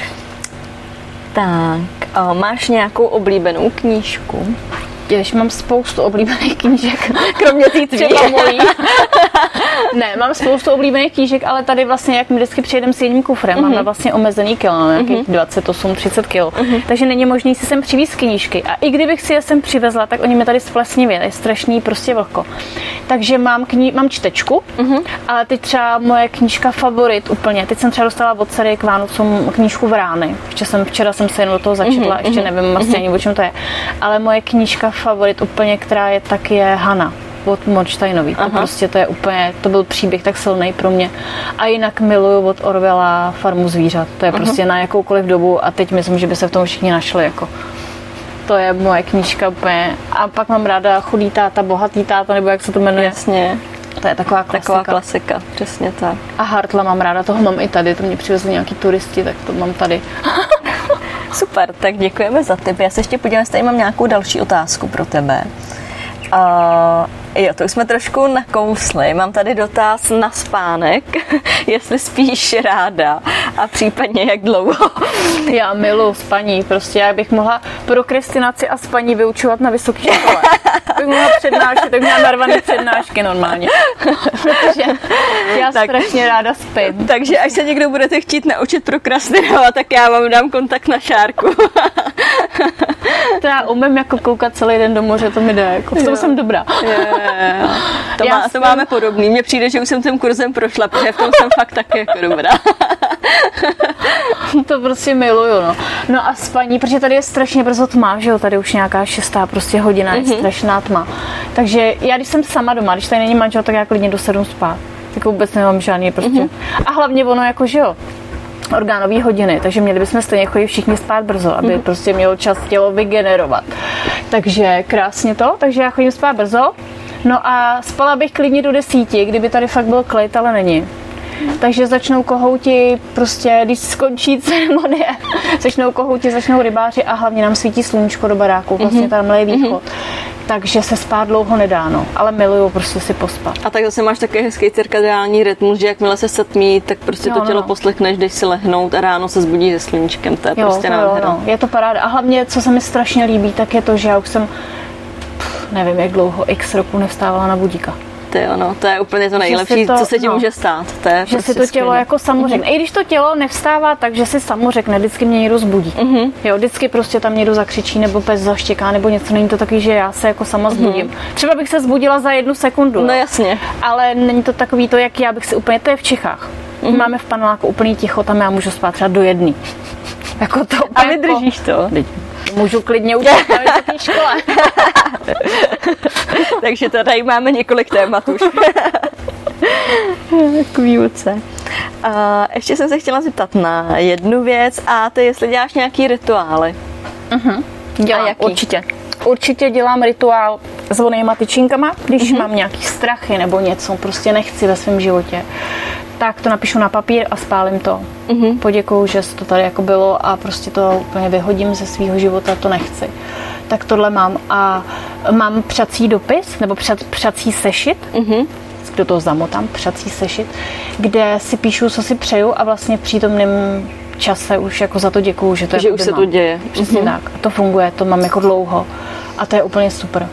Tak, máš nějakou oblíbenou knížku? Jež mám spoustu oblíbených knížek. Kromě té třeba mojí. Ne, mám spoustu oblíbených knížek, ale tady vlastně, jak my vždycky přijedeme s jedním kufrem, máme vlastně omezený kilo, mám nějakých 28-30 kg. Takže není možný si sem přivízt knížky. A i kdybych si je sem přivezla, tak oni mi tady splesnivějí, je strašný prostě vlhko. Takže mám čtečku, ale teď třeba moje knížka favorit úplně. Teď jsem třeba dostala od dcery k Vánocům knížku Vrány. Včera jsem se jen do toho začetla, ještě nevím asi ani o čem to je. Ale moje knížka favorit úplně, která je, tak je Hana od Mornsteinový. To prostě to je úplně, to byl příběh tak silný pro mě. A jinak miluju od Orwella Farmu zvířat. To je prostě na jakoukoliv dobu a teď myslím, že by se v tom všichni našli jako. To je moje knížka úplně. A pak mám ráda Chudý táta, bohatý táta, nebo jak se to jmenuje. Jasně. To je taková klasika, přesně tak. A Hartla mám ráda, toho mám i tady, to mě přivezli nějaký turisti, tak to mám tady. Super, tak děkujeme za tip. Já se ještě podívám, jestli tady mám nějakou další otázku pro tebe. Jo, to už jsme trošku nakousli. Mám tady dotaz na spánek, jestli spíš ráda a případně jak dlouho. Já miluji spaní, prostě já bych mohla prokrastinaci a spaní vyučovat na vysoké škole. Bych mohla přednášet, tak měla narvané přednášky normálně. Protože já strašně ráda spím. Takže až se někdo budete chtít naučit prokrastinovat, tak já vám dám kontakt na Šárku. To já umím jako koukat celý den do moře, to mi jde, jako v tom jsem dobrá. To máme podobný. Mně přijde, že už jsem tím kurzem prošla, protože v tom jsem fakt taky jako dobrá. To prostě miluju, no. No a spaní, protože tady je strašně brzo tma, že jo, tady už nějaká 6. prostě hodina, je strašná tma. Takže já, když jsem sama doma, když tady není manžel, tak já klidně do 7 spát. Tak vůbec nemám žádný prostě. A hlavně ono jako, že jo, orgánové hodiny, takže měli bychom stejně chodit všichni spát brzo, aby prostě mělo čas tělo vygenerovat. Takže krásně to, takže já chodím spát brzo. No a spala bych klidně do 10, kdyby tady fakt byl klid, ale není. Takže začnou kohouti, prostě když skončí ceremonie, začnou rybáři a hlavně nám svítí sluníčko do baráku, vlastně tamhle je východ. Takže se spát dlouho nedá, no, ale miluju prostě si pospat. A tak zase máš takový hezký cirkadiální rytmus, že jakmile se setmí, tak prostě to tělo poslechneš, jdeš si lehnout a ráno se zbudí se sluníčkem, to je prostě nádhera. No, je to paráda. A hlavně, co se mi strašně líbí, tak je to, že já už jsem, nevím jak dlouho, x roku nevstávala na budíka. To je úplně to nejlepší, co se ti může stát. To je že prostě si to tělo jako samo řekne. I když to tělo nevstává tak, že si samo řekne, vždycky mě někdo zbudí. Jo, vždycky prostě tam někdo zakřičí nebo pes zaštěká nebo něco, není to takový, že já se jako sama zbudím. Třeba bych se zbudila za 1 sekundu. No jasně. Ale není to takový to, jak já bych si úplně, to je v Čechách. Máme v paneláku úplný ticho, tam já můžu spát třeba do 1. Jako to. A vydržíš to? Můžu klidně učit na vysoké škole. Takže tady máme několik témat už. K výuce. Ještě jsem se chtěla zeptat na jednu věc, a to je, jestli děláš nějaký rituály. Dělám, určitě. Určitě dělám rituál s vonejma tyčinkama, když mám nějaký strachy nebo něco, prostě nechci ve svém životě. Tak to napíšu na papír a spálím to. Poděkuju, že to tady jako bylo a prostě to úplně vyhodím ze svého života, to nechci. Tak tohle mám. A mám přací dopis, nebo přací sešit, do toho zamotám, přací sešit, kde si píšu, co si přeju a vlastně v přítomném čase už jako za to děkuju, že to že už se to děje. Přesně tak. To funguje, to mám jako dlouho a to je úplně super.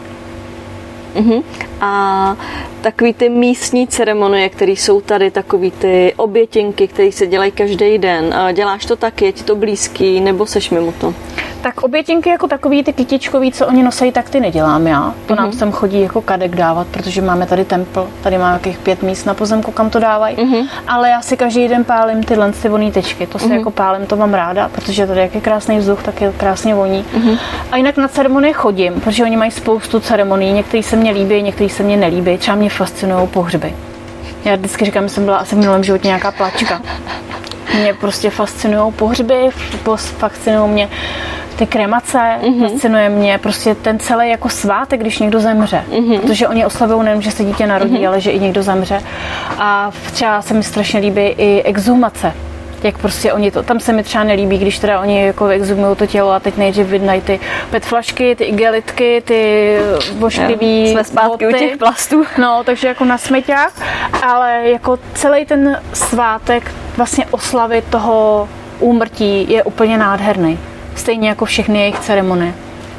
A takový ty místní ceremonie, které jsou tady, takový ty obětinky, které se dělají každý den. Děláš to taky, je ti to blízký, nebo seš mimo to? Tak obětinky jako takový, ty kytičkový, co oni nosejí, tak ty nedělám já. To nám sem chodí jako kadek dávat, protože máme tady templ, tady máme nějakých 5 míst na pozemku, kam to dávají. Ale já si každý den pálím tyhle voní tečky. To si jako pálím, to mám ráda, protože tady jak je krásný vzduch, tak je krásně voní. A jinak na ceremonie chodím, protože oni mají spoustu ceremonií, některý se mně líbí, některý se mně nelíbí. Třeba mě fascinují pohřby. Já vždycky říkám, že jsem byla asi v minulém životě nějaká plačka. Mě prostě fascinují pohřby, fascinují mě ty kremace, fascinuje mě prostě ten celý jako svátek, když někdo zemře. Protože oni oslavují nejen, že se dítě narodí, ale že i někdo zemře. A třeba se mi strašně líbí i exhumace. Jak prostě oni to, tam se mi třeba nelíbí, když teda oni jako exhumují to tělo a teď nejdřív vydají ty PET flašky, ty igelitky, ty vošklivý jsme zpátky u těch plastů. No, takže jako na smeťák, ale jako celý ten svátek vlastně oslavy toho úmrtí je úplně nádherný. Stejně jako všechny jejich ceremonie.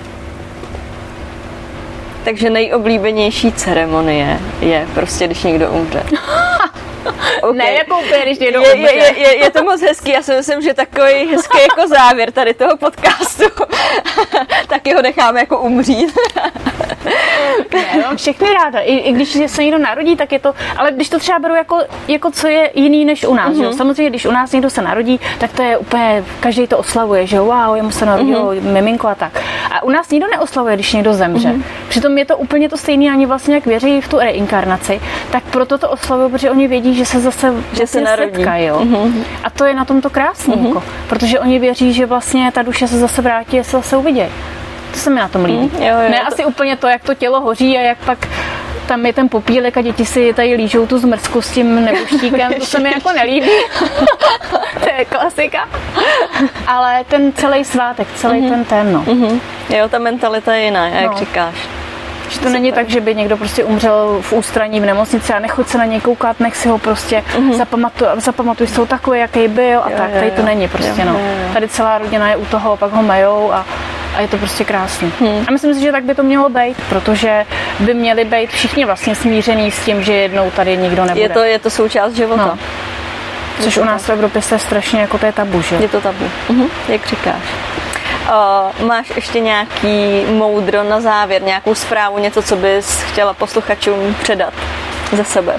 Takže nejoblíbenější ceremonie je prostě, když někdo umře. Okay. Ne, jako úplně, když někdo je to moc hezký, já si myslím, že takový hezký jako závěr tady toho podcastu. Taky ho necháme jako umřít. Ne, mám všechny ráda. I když se někdo narodí, tak je to, ale když to třeba beru jako co je jiný než u nás. Že? Samozřejmě, když u nás někdo se narodí, tak to je úplně, každý to oslavuje, že wow, jemu se narodilo miminko a tak. A u nás nikdo neoslavuje, když někdo zemře. Přitom je to úplně to stejné, ani vlastně jak věří v tu reinkarnaci, tak proto to oslavují, protože oni vědí, že se zase setkají. A to je na tom to krásné, jako, protože oni věří, že vlastně ta duše se zase vrátí a se zase uvidí. To se mi na tom líbí. Ne asi úplně to, jak to tělo hoří a jak pak tam je ten popílek a děti si tady lížou tu zmrzku s tím nebuštíkem, to se mi jako nelíbí. To je klasika. Ale ten celý svátek, celý ten no. Jo, ta mentalita je jiná, jak říkáš. Že to není tak, že by někdo prostě umřel v ústraní v nemocnici a nechoď se na něj koukat, nech si ho prostě zapamatuj, jsou takový, jaký byl a tak. Tady to není prostě, no. Tady celá rodina je u toho, pak ho majou a je to prostě krásný. A myslím si, že tak by to mělo být, protože by měli být všichni vlastně smířený s tím, že jednou tady nikdo nebude. Je to součást života. No. Což u nás v Evropě se strašně jako to je tabu, že? Je to tabu, jak říkáš. Máš ještě nějaký moudro na závěr, nějakou zprávu, něco, co bys chtěla posluchačům předat ze sebe?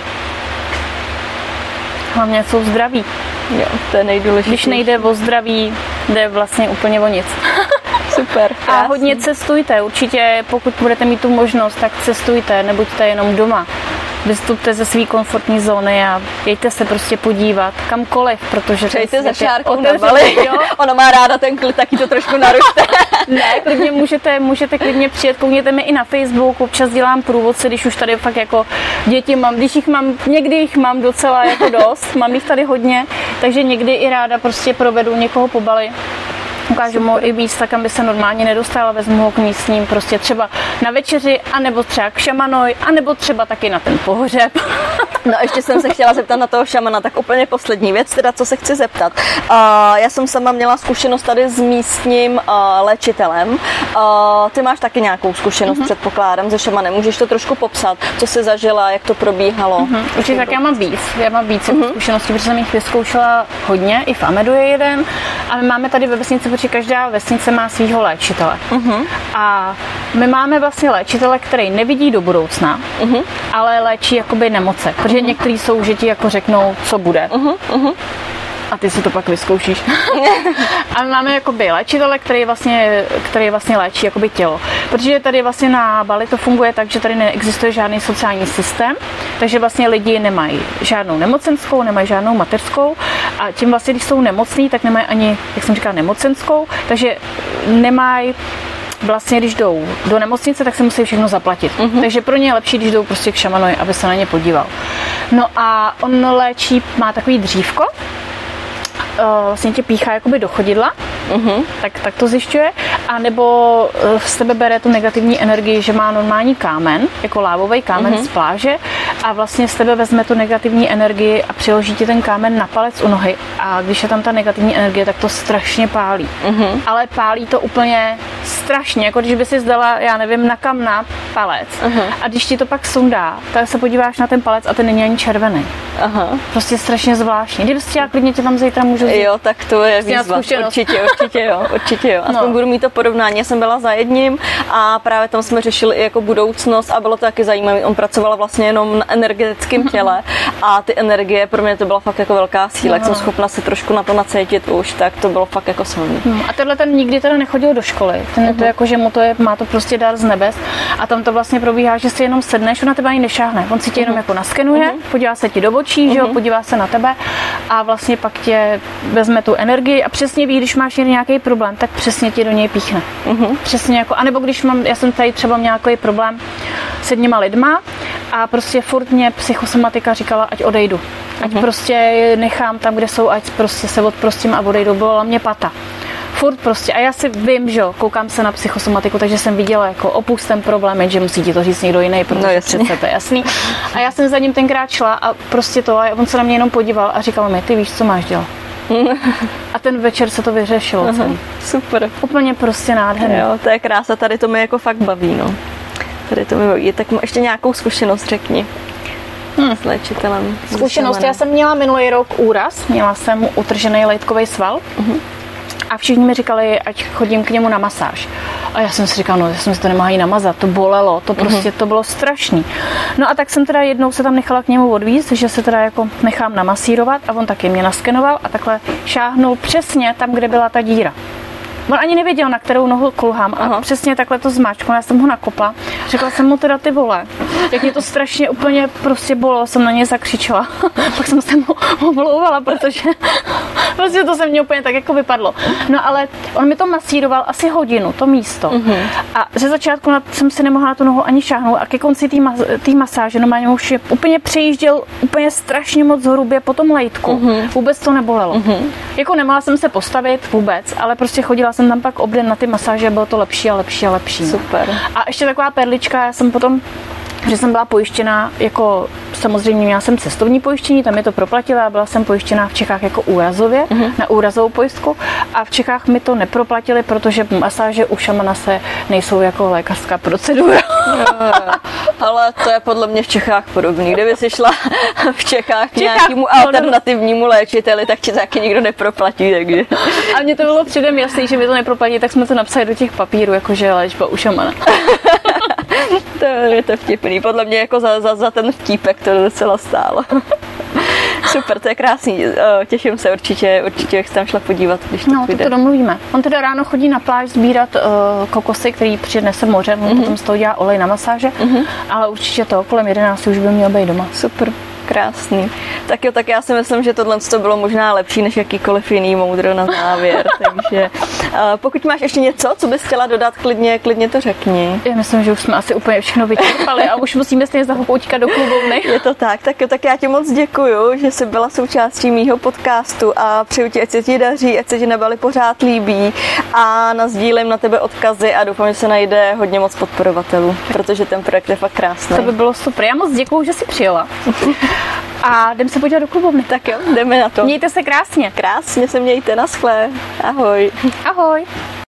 Hlavně jsou zdraví. Jo, to je nejdůležitější. Když nejde o zdraví, jde vlastně úplně o nic. Super, krásný. A hodně cestujte, určitě pokud budete mít tu možnost, tak cestujte, nebuďte jenom doma. Vystupte ze své komfortní zóny a jeďte se prostě podívat kamkoliv, protože... Přejte za Šárkou na Bali. Ona má ráda ten klid, taky to trošku narušte. Ne, klidně můžete klidně přijet, koukněte mi i na Facebook, občas dělám průvodce, když už tady fakt jako děti mám, někdy jich mám docela jako dost, mám jich tady hodně, takže někdy i ráda prostě provedu někoho po Bali. Ukážu mu i místa, kam by se normálně nedostala, vezmu ho k místním prostě třeba na večeři, anebo třeba k šamanoj, anebo třeba taky na ten pohřeb. No ještě jsem se chtěla zeptat na toho šamana, tak úplně poslední věc, teda co se chci zeptat. Já jsem sama měla zkušenost tady s místním léčitelem. Ty máš taky nějakou zkušenost, předpokládám, se šamanem. Můžeš to trošku popsat, co jsi zažila, jak to probíhalo? Určitě tak já mám víc zkušeností, protože jsem jich vyzkoušela hodně, i v Amedu je jeden. A my máme tady ve vesnici, protože každá vesnice má svýho léčitele. A my máme vlastně léčitele, který nevidí do budoucna, ale léčí jakoby nemoce. Protože některý jsou, že ti jako řeknou, co bude. A ty si to pak vyzkoušíš. A my máme jakoby léčitele, který vlastně léčí jakoby tělo. Protože tady vlastně na Bali to funguje tak, že tady neexistuje žádný sociální systém, takže vlastně lidi nemají žádnou nemocenskou, nemají žádnou mateřskou a tím vlastně, když jsou nemocní, tak nemají ani, jak jsem říkala, nemocenskou, takže nemají vlastně, když jdou do nemocnice, tak se musí všechno zaplatit. Takže pro ně je lepší, když jdou prostě k šamanovi, aby se na ně podíval. No a on léčí, má takový dřívko, vlastně tě píchá jakoby do chodidla, tak to zjišťuje, a nebo v sebe bere tu negativní energii, že má normální kámen, jako lávový kámen z pláže a vlastně z tebe vezme tu negativní energii a přiloží ti ten kámen na palec u nohy a když je tam ta negativní energie, tak to strašně pálí. Ale pálí to úplně strašně, jako když by si zdala, já nevím, na kam na palec a když ti to pak sundá, tak se podíváš na ten palec a ten není ani červený. Prostě strašně zvláštní. Kdybych chtěla, klidně tě tam zítra můžu vzít. Jo, tak to je výzva. Určitě jo. Aspoň budu mít to porovnání. Já jsem byla za jedním a právě tam jsme řešili i jako budoucnost a bylo to taky zajímavé. On pracoval vlastně jenom na energetickém těle a ty energie, pro mě to byla fakt jako velká síla. Jak jsem schopna se trošku na to nacítit už, tak to bylo fakt jako silný. A tenhle ten nikdy teda nechodil do školy. Ten je to jako, že má to prostě dar z nebes a tam to vlastně probíhá, že si jenom sedneš, on na tebe ani nešáhne. On si tě jenom jako naskenuje, podívá se ti do očí, že jo, podívá se na tebe a vlastně pak tě vezme tu energii a přesně ví, když máš nějaký problém, tak přesně ti do něj píchne. Přesně jako, anebo když já jsem tady třeba měla nějaký problém s jedněma lidma a prostě furt mě psychosomatika říkala, ať odejdu. Ať prostě nechám tam, kde jsou, ať prostě se odprostím a odejdu. Bolela mě pata. Furt prostě. A já si vím, že jo, koukám se na psychosomatiku, takže jsem viděla jako opust ten problém, že musí ti to říct někdo jiný, protože přece to je jasný. A já jsem za ním tenkrát šla a prostě to, a on se na mě jenom podíval a říkal mi, ty víš, co máš dělat. A ten večer se to vyřešilo. Super. Úplně prostě nádherný. Jo, to je krása, tady to mi jako fakt baví, no. Tady to mi baví. Tak ještě nějakou zkušenost řekni. S léčitelem. Zkušenost, já jsem měla minulý rok úraz, měla jsem utržený lejtkový sval a všichni mi říkali, ať chodím k němu na masáž. A já jsem si říkala, no, já jsem si to nemohla jí namazat, to bolelo, to prostě to bylo strašný. No a tak jsem teda jednou se tam nechala k němu odvízt, že se teda jako nechám namasírovat a on taky mě naskenoval a takhle šáhnul přesně tam, kde byla ta díra. On ani nevěděl, na kterou nohu kulhám a přesně takhle to zmáčknul. Já jsem ho nakopla. Řekla jsem mu teda, ty vole, jak mě to strašně úplně prostě bolelo, jsem na něj zakřičela. Pak jsem se mu omlouvala, protože prostě to se mně úplně tak jako vypadlo. No ale on mi to masíroval asi hodinu, to místo. A ze začátku jsem si nemohla na tu nohu ani šáhnout a ke konci té masáže normálně už je úplně přejížděl úplně strašně moc hrubě po tom lejtku. Vůbec to nebolelo. Jako nemohla jsem se postavit vůbec, ale prostě chodila jsem tam pak obden na ty masáže a bylo to lepší a lepší a lepší. Super. A ještě taková perlička, já jsem potom, že jsem byla pojištěná, jako samozřejmě měla jsem cestovní pojištění, tam je to proplatila, byla jsem pojištěná v Čechách jako úrazově, na úrazovou pojistku a v Čechách mi to neproplatili, protože masáže u šamana se nejsou jako lékařská procedura. Ale to je podle mě v Čechách podobný. Kdyby si šla v Čechách k nějakému alternativnímu léčiteli, tak ti taky nikdo neproplatí. Takže. A mně to bylo předem jasný, že mi to neproplatí, tak jsme to napsali do těch papírů, jakože léčba u šamana. To je to vtipný. Podle mě jako za ten vtípek to docela stálo. Super, to je krásný. Těším se určitě, jak se tam šla podívat, když to půjde. To domluvíme. On teda ráno chodí na pláž sbírat kokosy, který přinese moře, potom z toho dělá olej na masáže, ale určitě to kolem 11 už by měl být doma. Super. Krásný. Tak jo, tak já si myslím, že tohle bylo možná lepší než jakýkoliv jiný moudro na závěr. Takže pokud máš ještě něco, co bys chtěla dodat, klidně to řekni. Já myslím, že už jsme asi úplně všechno vyčerpali a už musíme stejně za chopoutíka do klubovny. Je to tak. Tak jo, tak já ti moc děkuju, že jsi byla součástí mýho podcastu a přeju ti, ať se ti daří, ať se ti na Bali pořád líbí a nasdílím na tebe odkazy a doufám, že se najde hodně moc podporovatelů, protože ten projekt je fakt krásný. To by bylo super. Já moc děkuju, že jsi přijela. A jdeme se podívat do klubovny. Tak jo, jdeme na to. Mějte se krásně. Krásně se mějte, naschle. Ahoj. Ahoj.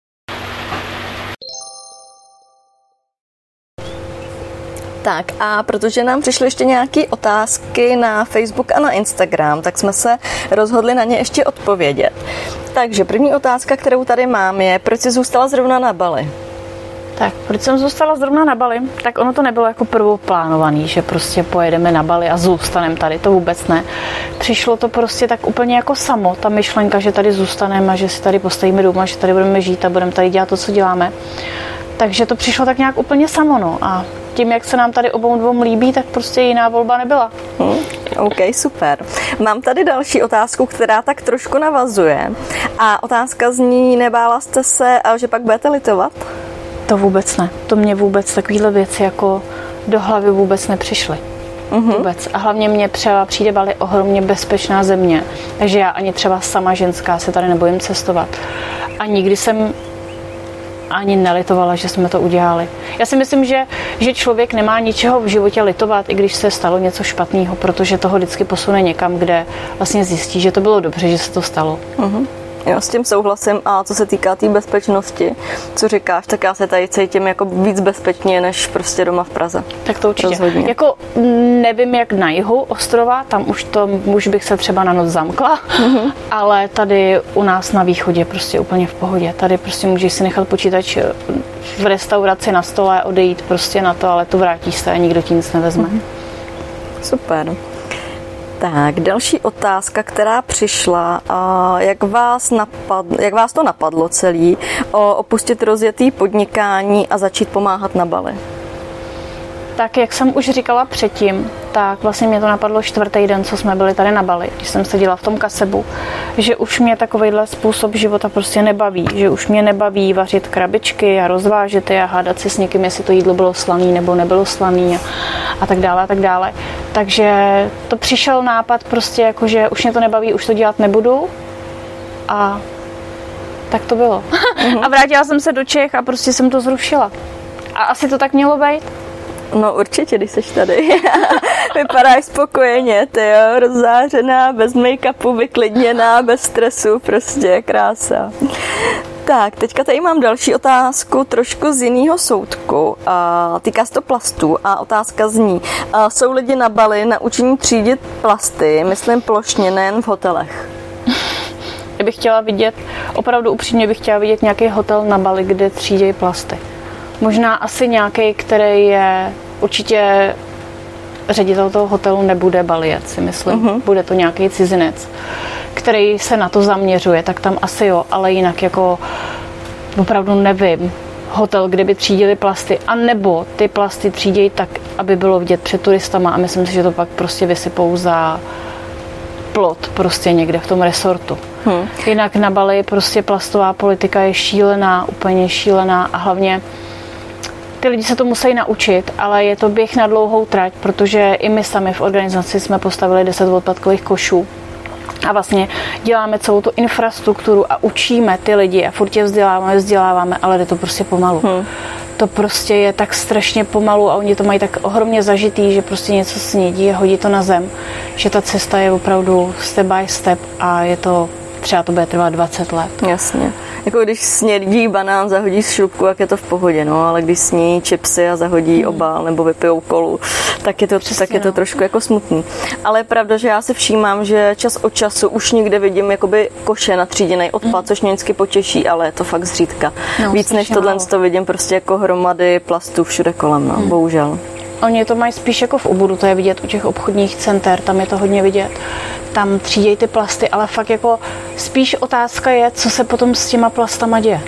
Tak a protože nám přišly ještě nějaké otázky na Facebook a na Instagram, tak jsme se rozhodli na ně ještě odpovědět. Takže první otázka, kterou tady mám, je, proč jsi zůstala zrovna na Bali? Tak, proč jsem zůstala zrovna na Bali? Tak ono to nebylo jako prvoplánovaný, že prostě pojedeme na Bali a zůstaneme tady, to vůbec ne. Přišlo to prostě tak úplně jako samo, ta myšlenka, že tady zůstaneme a že si tady postavíme doma, že tady budeme žít a budeme tady dělat to, co děláme. Takže to přišlo tak nějak úplně samo, no. A tím, jak se nám tady obou dvou líbí, tak prostě jiná volba nebyla. OK, super. Mám tady další otázku, která tak trošku navazuje. A otázka zní, nebála jste se, že pak budete litovat? To vůbec ne. To mě vůbec takovýhle věci jako do hlavy vůbec nepřišly. Vůbec. A hlavně mě třeba přijde Bali ohromně bezpečná země. Takže já ani třeba sama ženská se tady nebojím cestovat. A nikdy jsem ani nelitovala, že jsme to udělali. Já si myslím, že člověk nemá ničeho v životě litovat, i když se stalo něco špatného, protože toho vždycky posune někam, kde vlastně zjistí, že to bylo dobře, že se to stalo. Jo, s tím souhlasím. A co se týká té bezpečnosti, co říkáš, tak já se tady cítím jako víc bezpečně, než prostě doma v Praze. Tak to určitě. Rozhodně. Jako nevím, jak na jihu ostrova, tam už bych se třeba na noc zamkla, ale tady u nás na východě prostě úplně v pohodě. Tady prostě můžeš si nechat počítač v restauraci na stole, odejít prostě na toaletu, vrátíš se a nikdo ti nic nevezme. Super. Tak, další otázka, která přišla. Jak vás to napadlo celý opustit rozjetý podnikání a začít pomáhat na Bali? Tak, jak jsem už říkala předtím, tak vlastně mě to napadlo 4. den, co jsme byli tady na Bali, když jsem seděla v tom kasebu, že už mě takovejhle způsob života prostě nebaví, že už mě nebaví vařit krabičky a rozvážet je a hádat si s někým, jestli to jídlo bylo slaný nebo nebylo slaný a tak dále a tak dále. Takže to přišel nápad prostě jako, že už mě to nebaví, už to dělat nebudu a tak to bylo. A vrátila jsem se do Čech a prostě jsem to zrušila. A asi to tak mělo být. No určitě, když jsi tady. Vypadáš spokojeně, ty jo, rozzářená, bez make-upu, vyklidněná, bez stresu, prostě krása. Tak, teďka tady mám další otázku, trošku z jiného soudku. Týká se to plastů a otázka zní. Jsou lidi na Bali naučení třídit plasty, myslím plošně, nejen v hotelech? Já bych chtěla vidět, opravdu upřímně bych chtěla vidět nějaký hotel na Bali, kde třídějí plasty. Možná asi nějaký, který je určitě ředitel toho hotelu nebude Balijec, si myslím. Bude to nějaký cizinec, který se na to zaměřuje, tak tam asi jo, ale jinak jako opravdu nevím. Hotel, kde by třídili plasty, anebo ty plasty třídějí tak, aby bylo vidět před turistama a myslím si, že to pak prostě vysypou za plot prostě někde v tom resortu. Jinak na Bali prostě plastová politika je šílená, úplně šílená a hlavně ty lidi se to musí naučit, ale je to běh na dlouhou trať, protože i my sami v organizaci jsme postavili 10 odpadkových košů a vlastně děláme celou tu infrastrukturu a učíme ty lidi a furt je vzděláváme, ale jde to prostě pomalu. To prostě je tak strašně pomalu a oni to mají tak ohromně zažitý, že prostě něco snědí a hodí to na zem, že ta cesta je opravdu step by step a je to třeba to bude trvat 20 let. Jasně. Jako když snědí banán, zahodí šlupku, jak je to v pohodě, no, ale když sní chipsy a zahodí obal nebo vypijou kolu, tak je to trošku jako smutný. Ale je pravda, že já si všímám, že čas od času už někde vidím jakoby koše na tříděný odpad, což mě vždycky potěší, ale je to fakt zřídka. No, víc než tohle to vidím prostě jako hromady plastů všude kolem, no, bohužel. Oni to mají spíš jako v Ubudu, to je vidět u těch obchodních center, tam je to hodně vidět. Tam třídějí ty plasty, ale fakt jako spíš otázka je, co se potom s těma plastama děje.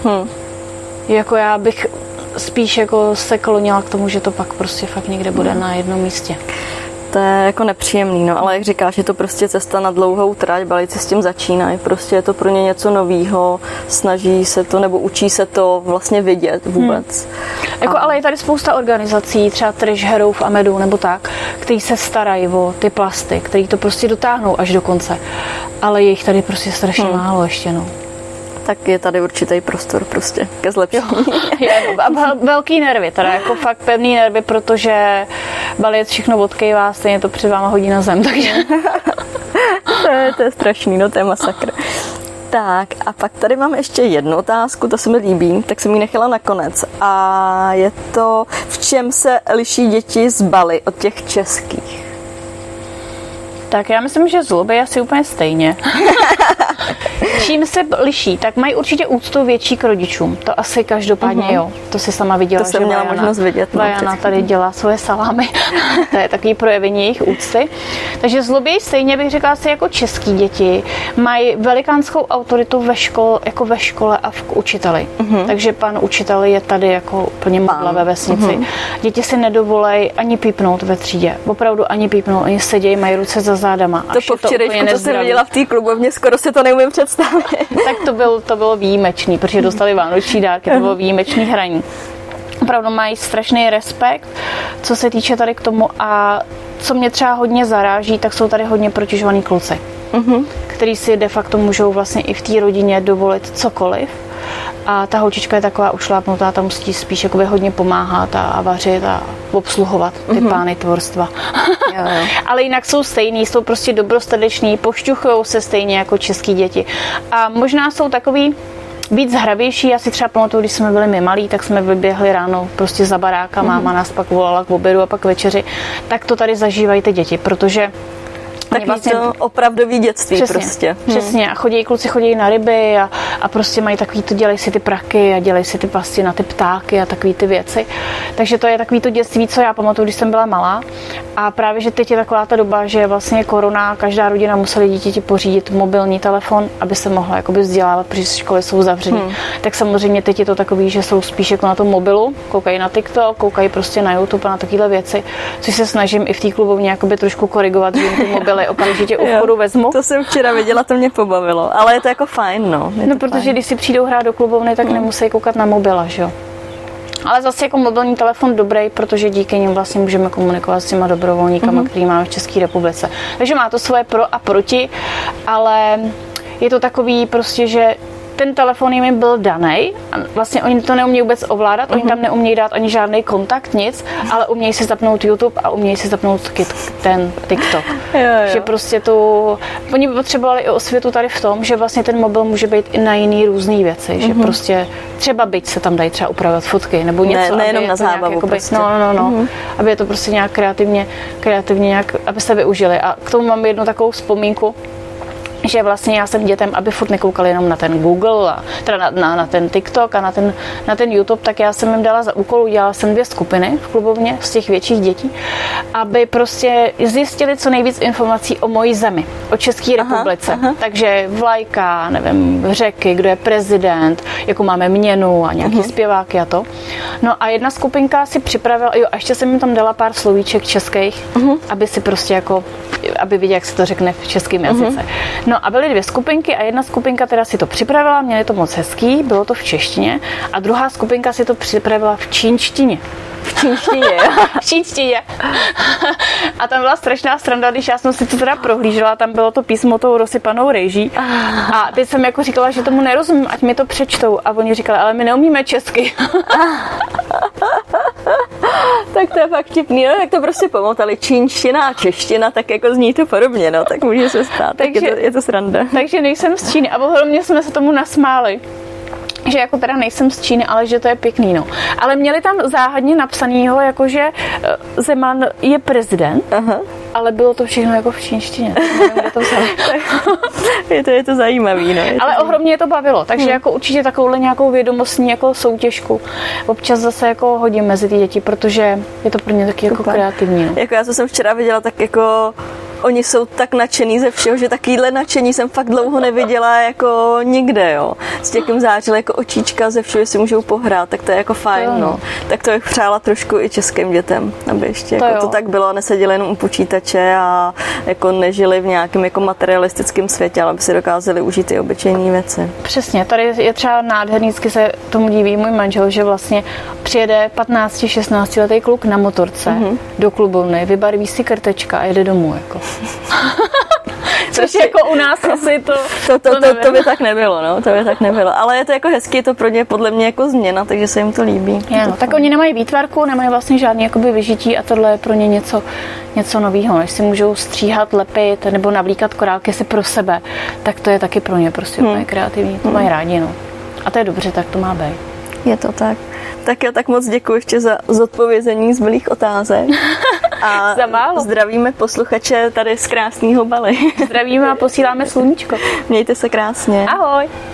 Jako já bych spíš jako se klonila k tomu, že to pak prostě fakt někde bude na jednom místě. To je jako nepříjemný, no, ale jak říkáš, je to prostě cesta na dlouhou trať, Balijci s tím začínají, prostě je to pro ně něco novýho, snaží se to nebo učí se to vlastně vidět vůbec. Jako, ale je tady spousta organizací, třeba Trish Herou v Amedu nebo tak, kteří se starají o ty plasty, kteří to prostě dotáhnou až do konce, ale je jich tady prostě strašně málo ještě, no. Tak je tady určitý prostor prostě ke zlepšení. A velký nervy, teda jako fakt pevný nervy, protože Balijec všechno odkejvá, stejně to před váma hodí na zem, takže... to je strašný, no to je masakr. Tak a pak tady mám ještě jednu otázku, to se mi líbí, tak jsem ji nechala nakonec. A je to, v čem se liší děti z Bali od těch českých? Tak já myslím, že zloby je asi úplně stejně. Čím se liší? Tak mají určitě úctu větší k rodičům. To asi každopádně jo. To si sama viděla, to jsem měla možnost vidět. Vajana tady dělá svoje salámy. To je takový projevení jejich úcty. Takže zlobějí stejně, bych řekla asi jako český děti. Mají velikánskou autoritu ve škole a k učiteli. Takže pan učitel je tady jako úplně modla ve vesnici. Děti si nedovolej ani pípnout ve třídě. Opravdu ani pípnout. Oni sedějí, mají ruce za zádama. To po včerejšku, co jsem viděla v té klubovně, skoro si to neumím představit. Tak to bylo výjimečný, protože dostali vánoční dárky, to bylo výjimečný hraní. Opravdu mají strašný respekt, co se týče tady k tomu a co mě třeba hodně zaráží, tak jsou tady hodně protěžovaný kluci, který si de facto můžou vlastně i v té rodině dovolit cokoliv. a ta holčička je taková ušlápnutá, ta musí spíš jakoby hodně pomáhat a vařit a obsluhovat ty pány tvorstva. Jo. Ale jinak jsou stejný, jsou prostě dobrosrdeční, pošťuchujou se stejně jako český děti. A možná jsou takový víc hravější. Já si třeba pamatuju, když jsme byli my malí, tak jsme vyběhli ráno prostě za baráka, máma nás pak volala k obědu a pak k večeři. Tak to tady zažívají ty děti, protože tak vlastně to opravdový dětství přesně, prostě. Přesně. A kluci chodí na ryby a prostě mají takový to, dělají si ty praky a dělají si ty pasti na ty ptáky a takový ty věci. Takže to je takový to dětství, co já pamatuju, když jsem byla malá. A právě, že teď je taková ta doba, že vlastně korona, každá rodina musela dítěti pořídit mobilní telefon, aby se mohla jakoby vzdělávat, protože školy jsou zavřené. Tak samozřejmě teď je to takový, že jsou spíš jako na tom mobilu, koukají na TikTok, koukají prostě na YouTube a na takovéhle věci, což se snažím i v té klubovně jakoby trošku korigovat, že jim ty mobily okamžitě u vchodu vezmu. To jsem včera viděla, to mě pobavilo, ale je to jako fajn, no. No, protože fajn. Když si přijdou hrát do klubovny, tak nemusí koukat na mobila, že jo. Ale zase jako mobilní telefon dobrý, protože díky nim vlastně můžeme komunikovat s těma dobrovolníkama, který máme v České republice. Takže má to svoje pro a proti, ale je to takový prostě, že ten telefon jim byl daný a vlastně oni to neumějí vůbec ovládat, oni tam neumějí dát ani žádný kontakt, nic, ale umějí si zapnout YouTube a umějí si zapnout ten TikTok. Jo. Že prostě oni by potřebovali i osvětu tady v tom, že vlastně ten mobil může být i na jiný různý věci, že prostě třeba byť se tam dají třeba upravovat fotky nebo něco. Nejenom na zábavu prostě. Aby je to prostě nějak kreativně nějak, aby se využili. A k tomu mám jednu takovou vzpomínku, že vlastně já jsem dětem, aby furt nekoukali jenom na ten Google, a teda na ten TikTok a na ten YouTube, tak já jsem jim dala za úkol, udělala jsem 2 skupiny v klubovně z těch větších dětí, aby prostě zjistili co nejvíc informací o mojí zemi, o České republice. Takže vlajka, nevím, řeky, kdo je prezident, jakou máme měnu a nějaký zpěváky a to. No a jedna skupinka si připravila, a ještě jsem jim tam dala pár slovíček českých, aby si prostě jako, aby viděli, jak se to řekne v českém jazyce. No a byly 2 skupinky a jedna skupinka teda si to připravila, měli to moc hezký, bylo to v češtině a druhá skupinka si to připravila v čínštině. V čínštině, v čínštině. A tam byla strašná sranda, když já jsem si to teda prohlížela, tam bylo to písmo tou rozsypanou rejží. A teď jsem jako říkala, že tomu nerozumím, ať mi to přečtou. A oni říkali, ale my neumíme česky. Tak to je fakt vtipný, no, tak to prostě pomotali. Čínština a čeština, tak jako zní to podobně, no, tak může se stát, takže, tak je to sranda. Takže nejsem z Číny a ohromně jsme se tomu nasmáli. Že jako teda nejsem z Číny, ale že to je pěkný, no. Ale měli tam záhadně napsanýho, jakože Zeman je prezident, ale bylo to všechno jako v čínštině. Nevím, kde to vzali. je to zajímavý, no. Ale ohromně je to bavilo, takže jako určitě takovouhle nějakou vědomostní jako soutěžku občas zase jako hodím mezi ty děti, protože je to pro ně taky jako kreativní, no. Jako já jsem včera viděla, tak jako oni jsou tak nadšený ze všeho, že takovýhle nadšení jsem fakt dlouho neviděla jako nikde, jo. S těkým zářil jako očička ze všeho, že si můžou pohrát, tak to je jako fajn, no. Tak to bych přála trošku i českým dětem, aby ještě to, jako to tak bylo a neseděli jenom u počítače a jako nežili v nějakém jako materialistickém světě, ale aby si dokázali užít i obyčejné věci. Přesně, tady je třeba nádherný, vždycky se tomu díví můj manžel, že vlastně přijede 15-16 letý kluk na motorce do klubovny, vybarví si krtečka a jede domů, jako. Což jako u nás asi to by tak nebylo, no, to by tak nebylo. Ale je to jako hezký, je to pro ně podle mě jako změna, takže se jim to líbí. No, tak oni nemají výtvarku, nemají vlastně žádný jakoby vyžití a tohle je pro ně něco novýho. Než si můžou stříhat, lepit nebo navlíkat korálky si pro sebe, tak to je taky pro ně prostě úplně kreativní. To mají rádi, no. A to je dobře, tak to má být. Je to tak. Tak jo, tak moc děkuji ještě za zodpovězení zbylých otázek. A za málo. Zdravíme posluchače tady z krásného Bali. Zdravíme a posíláme sluníčko. Mějte se krásně. Ahoj.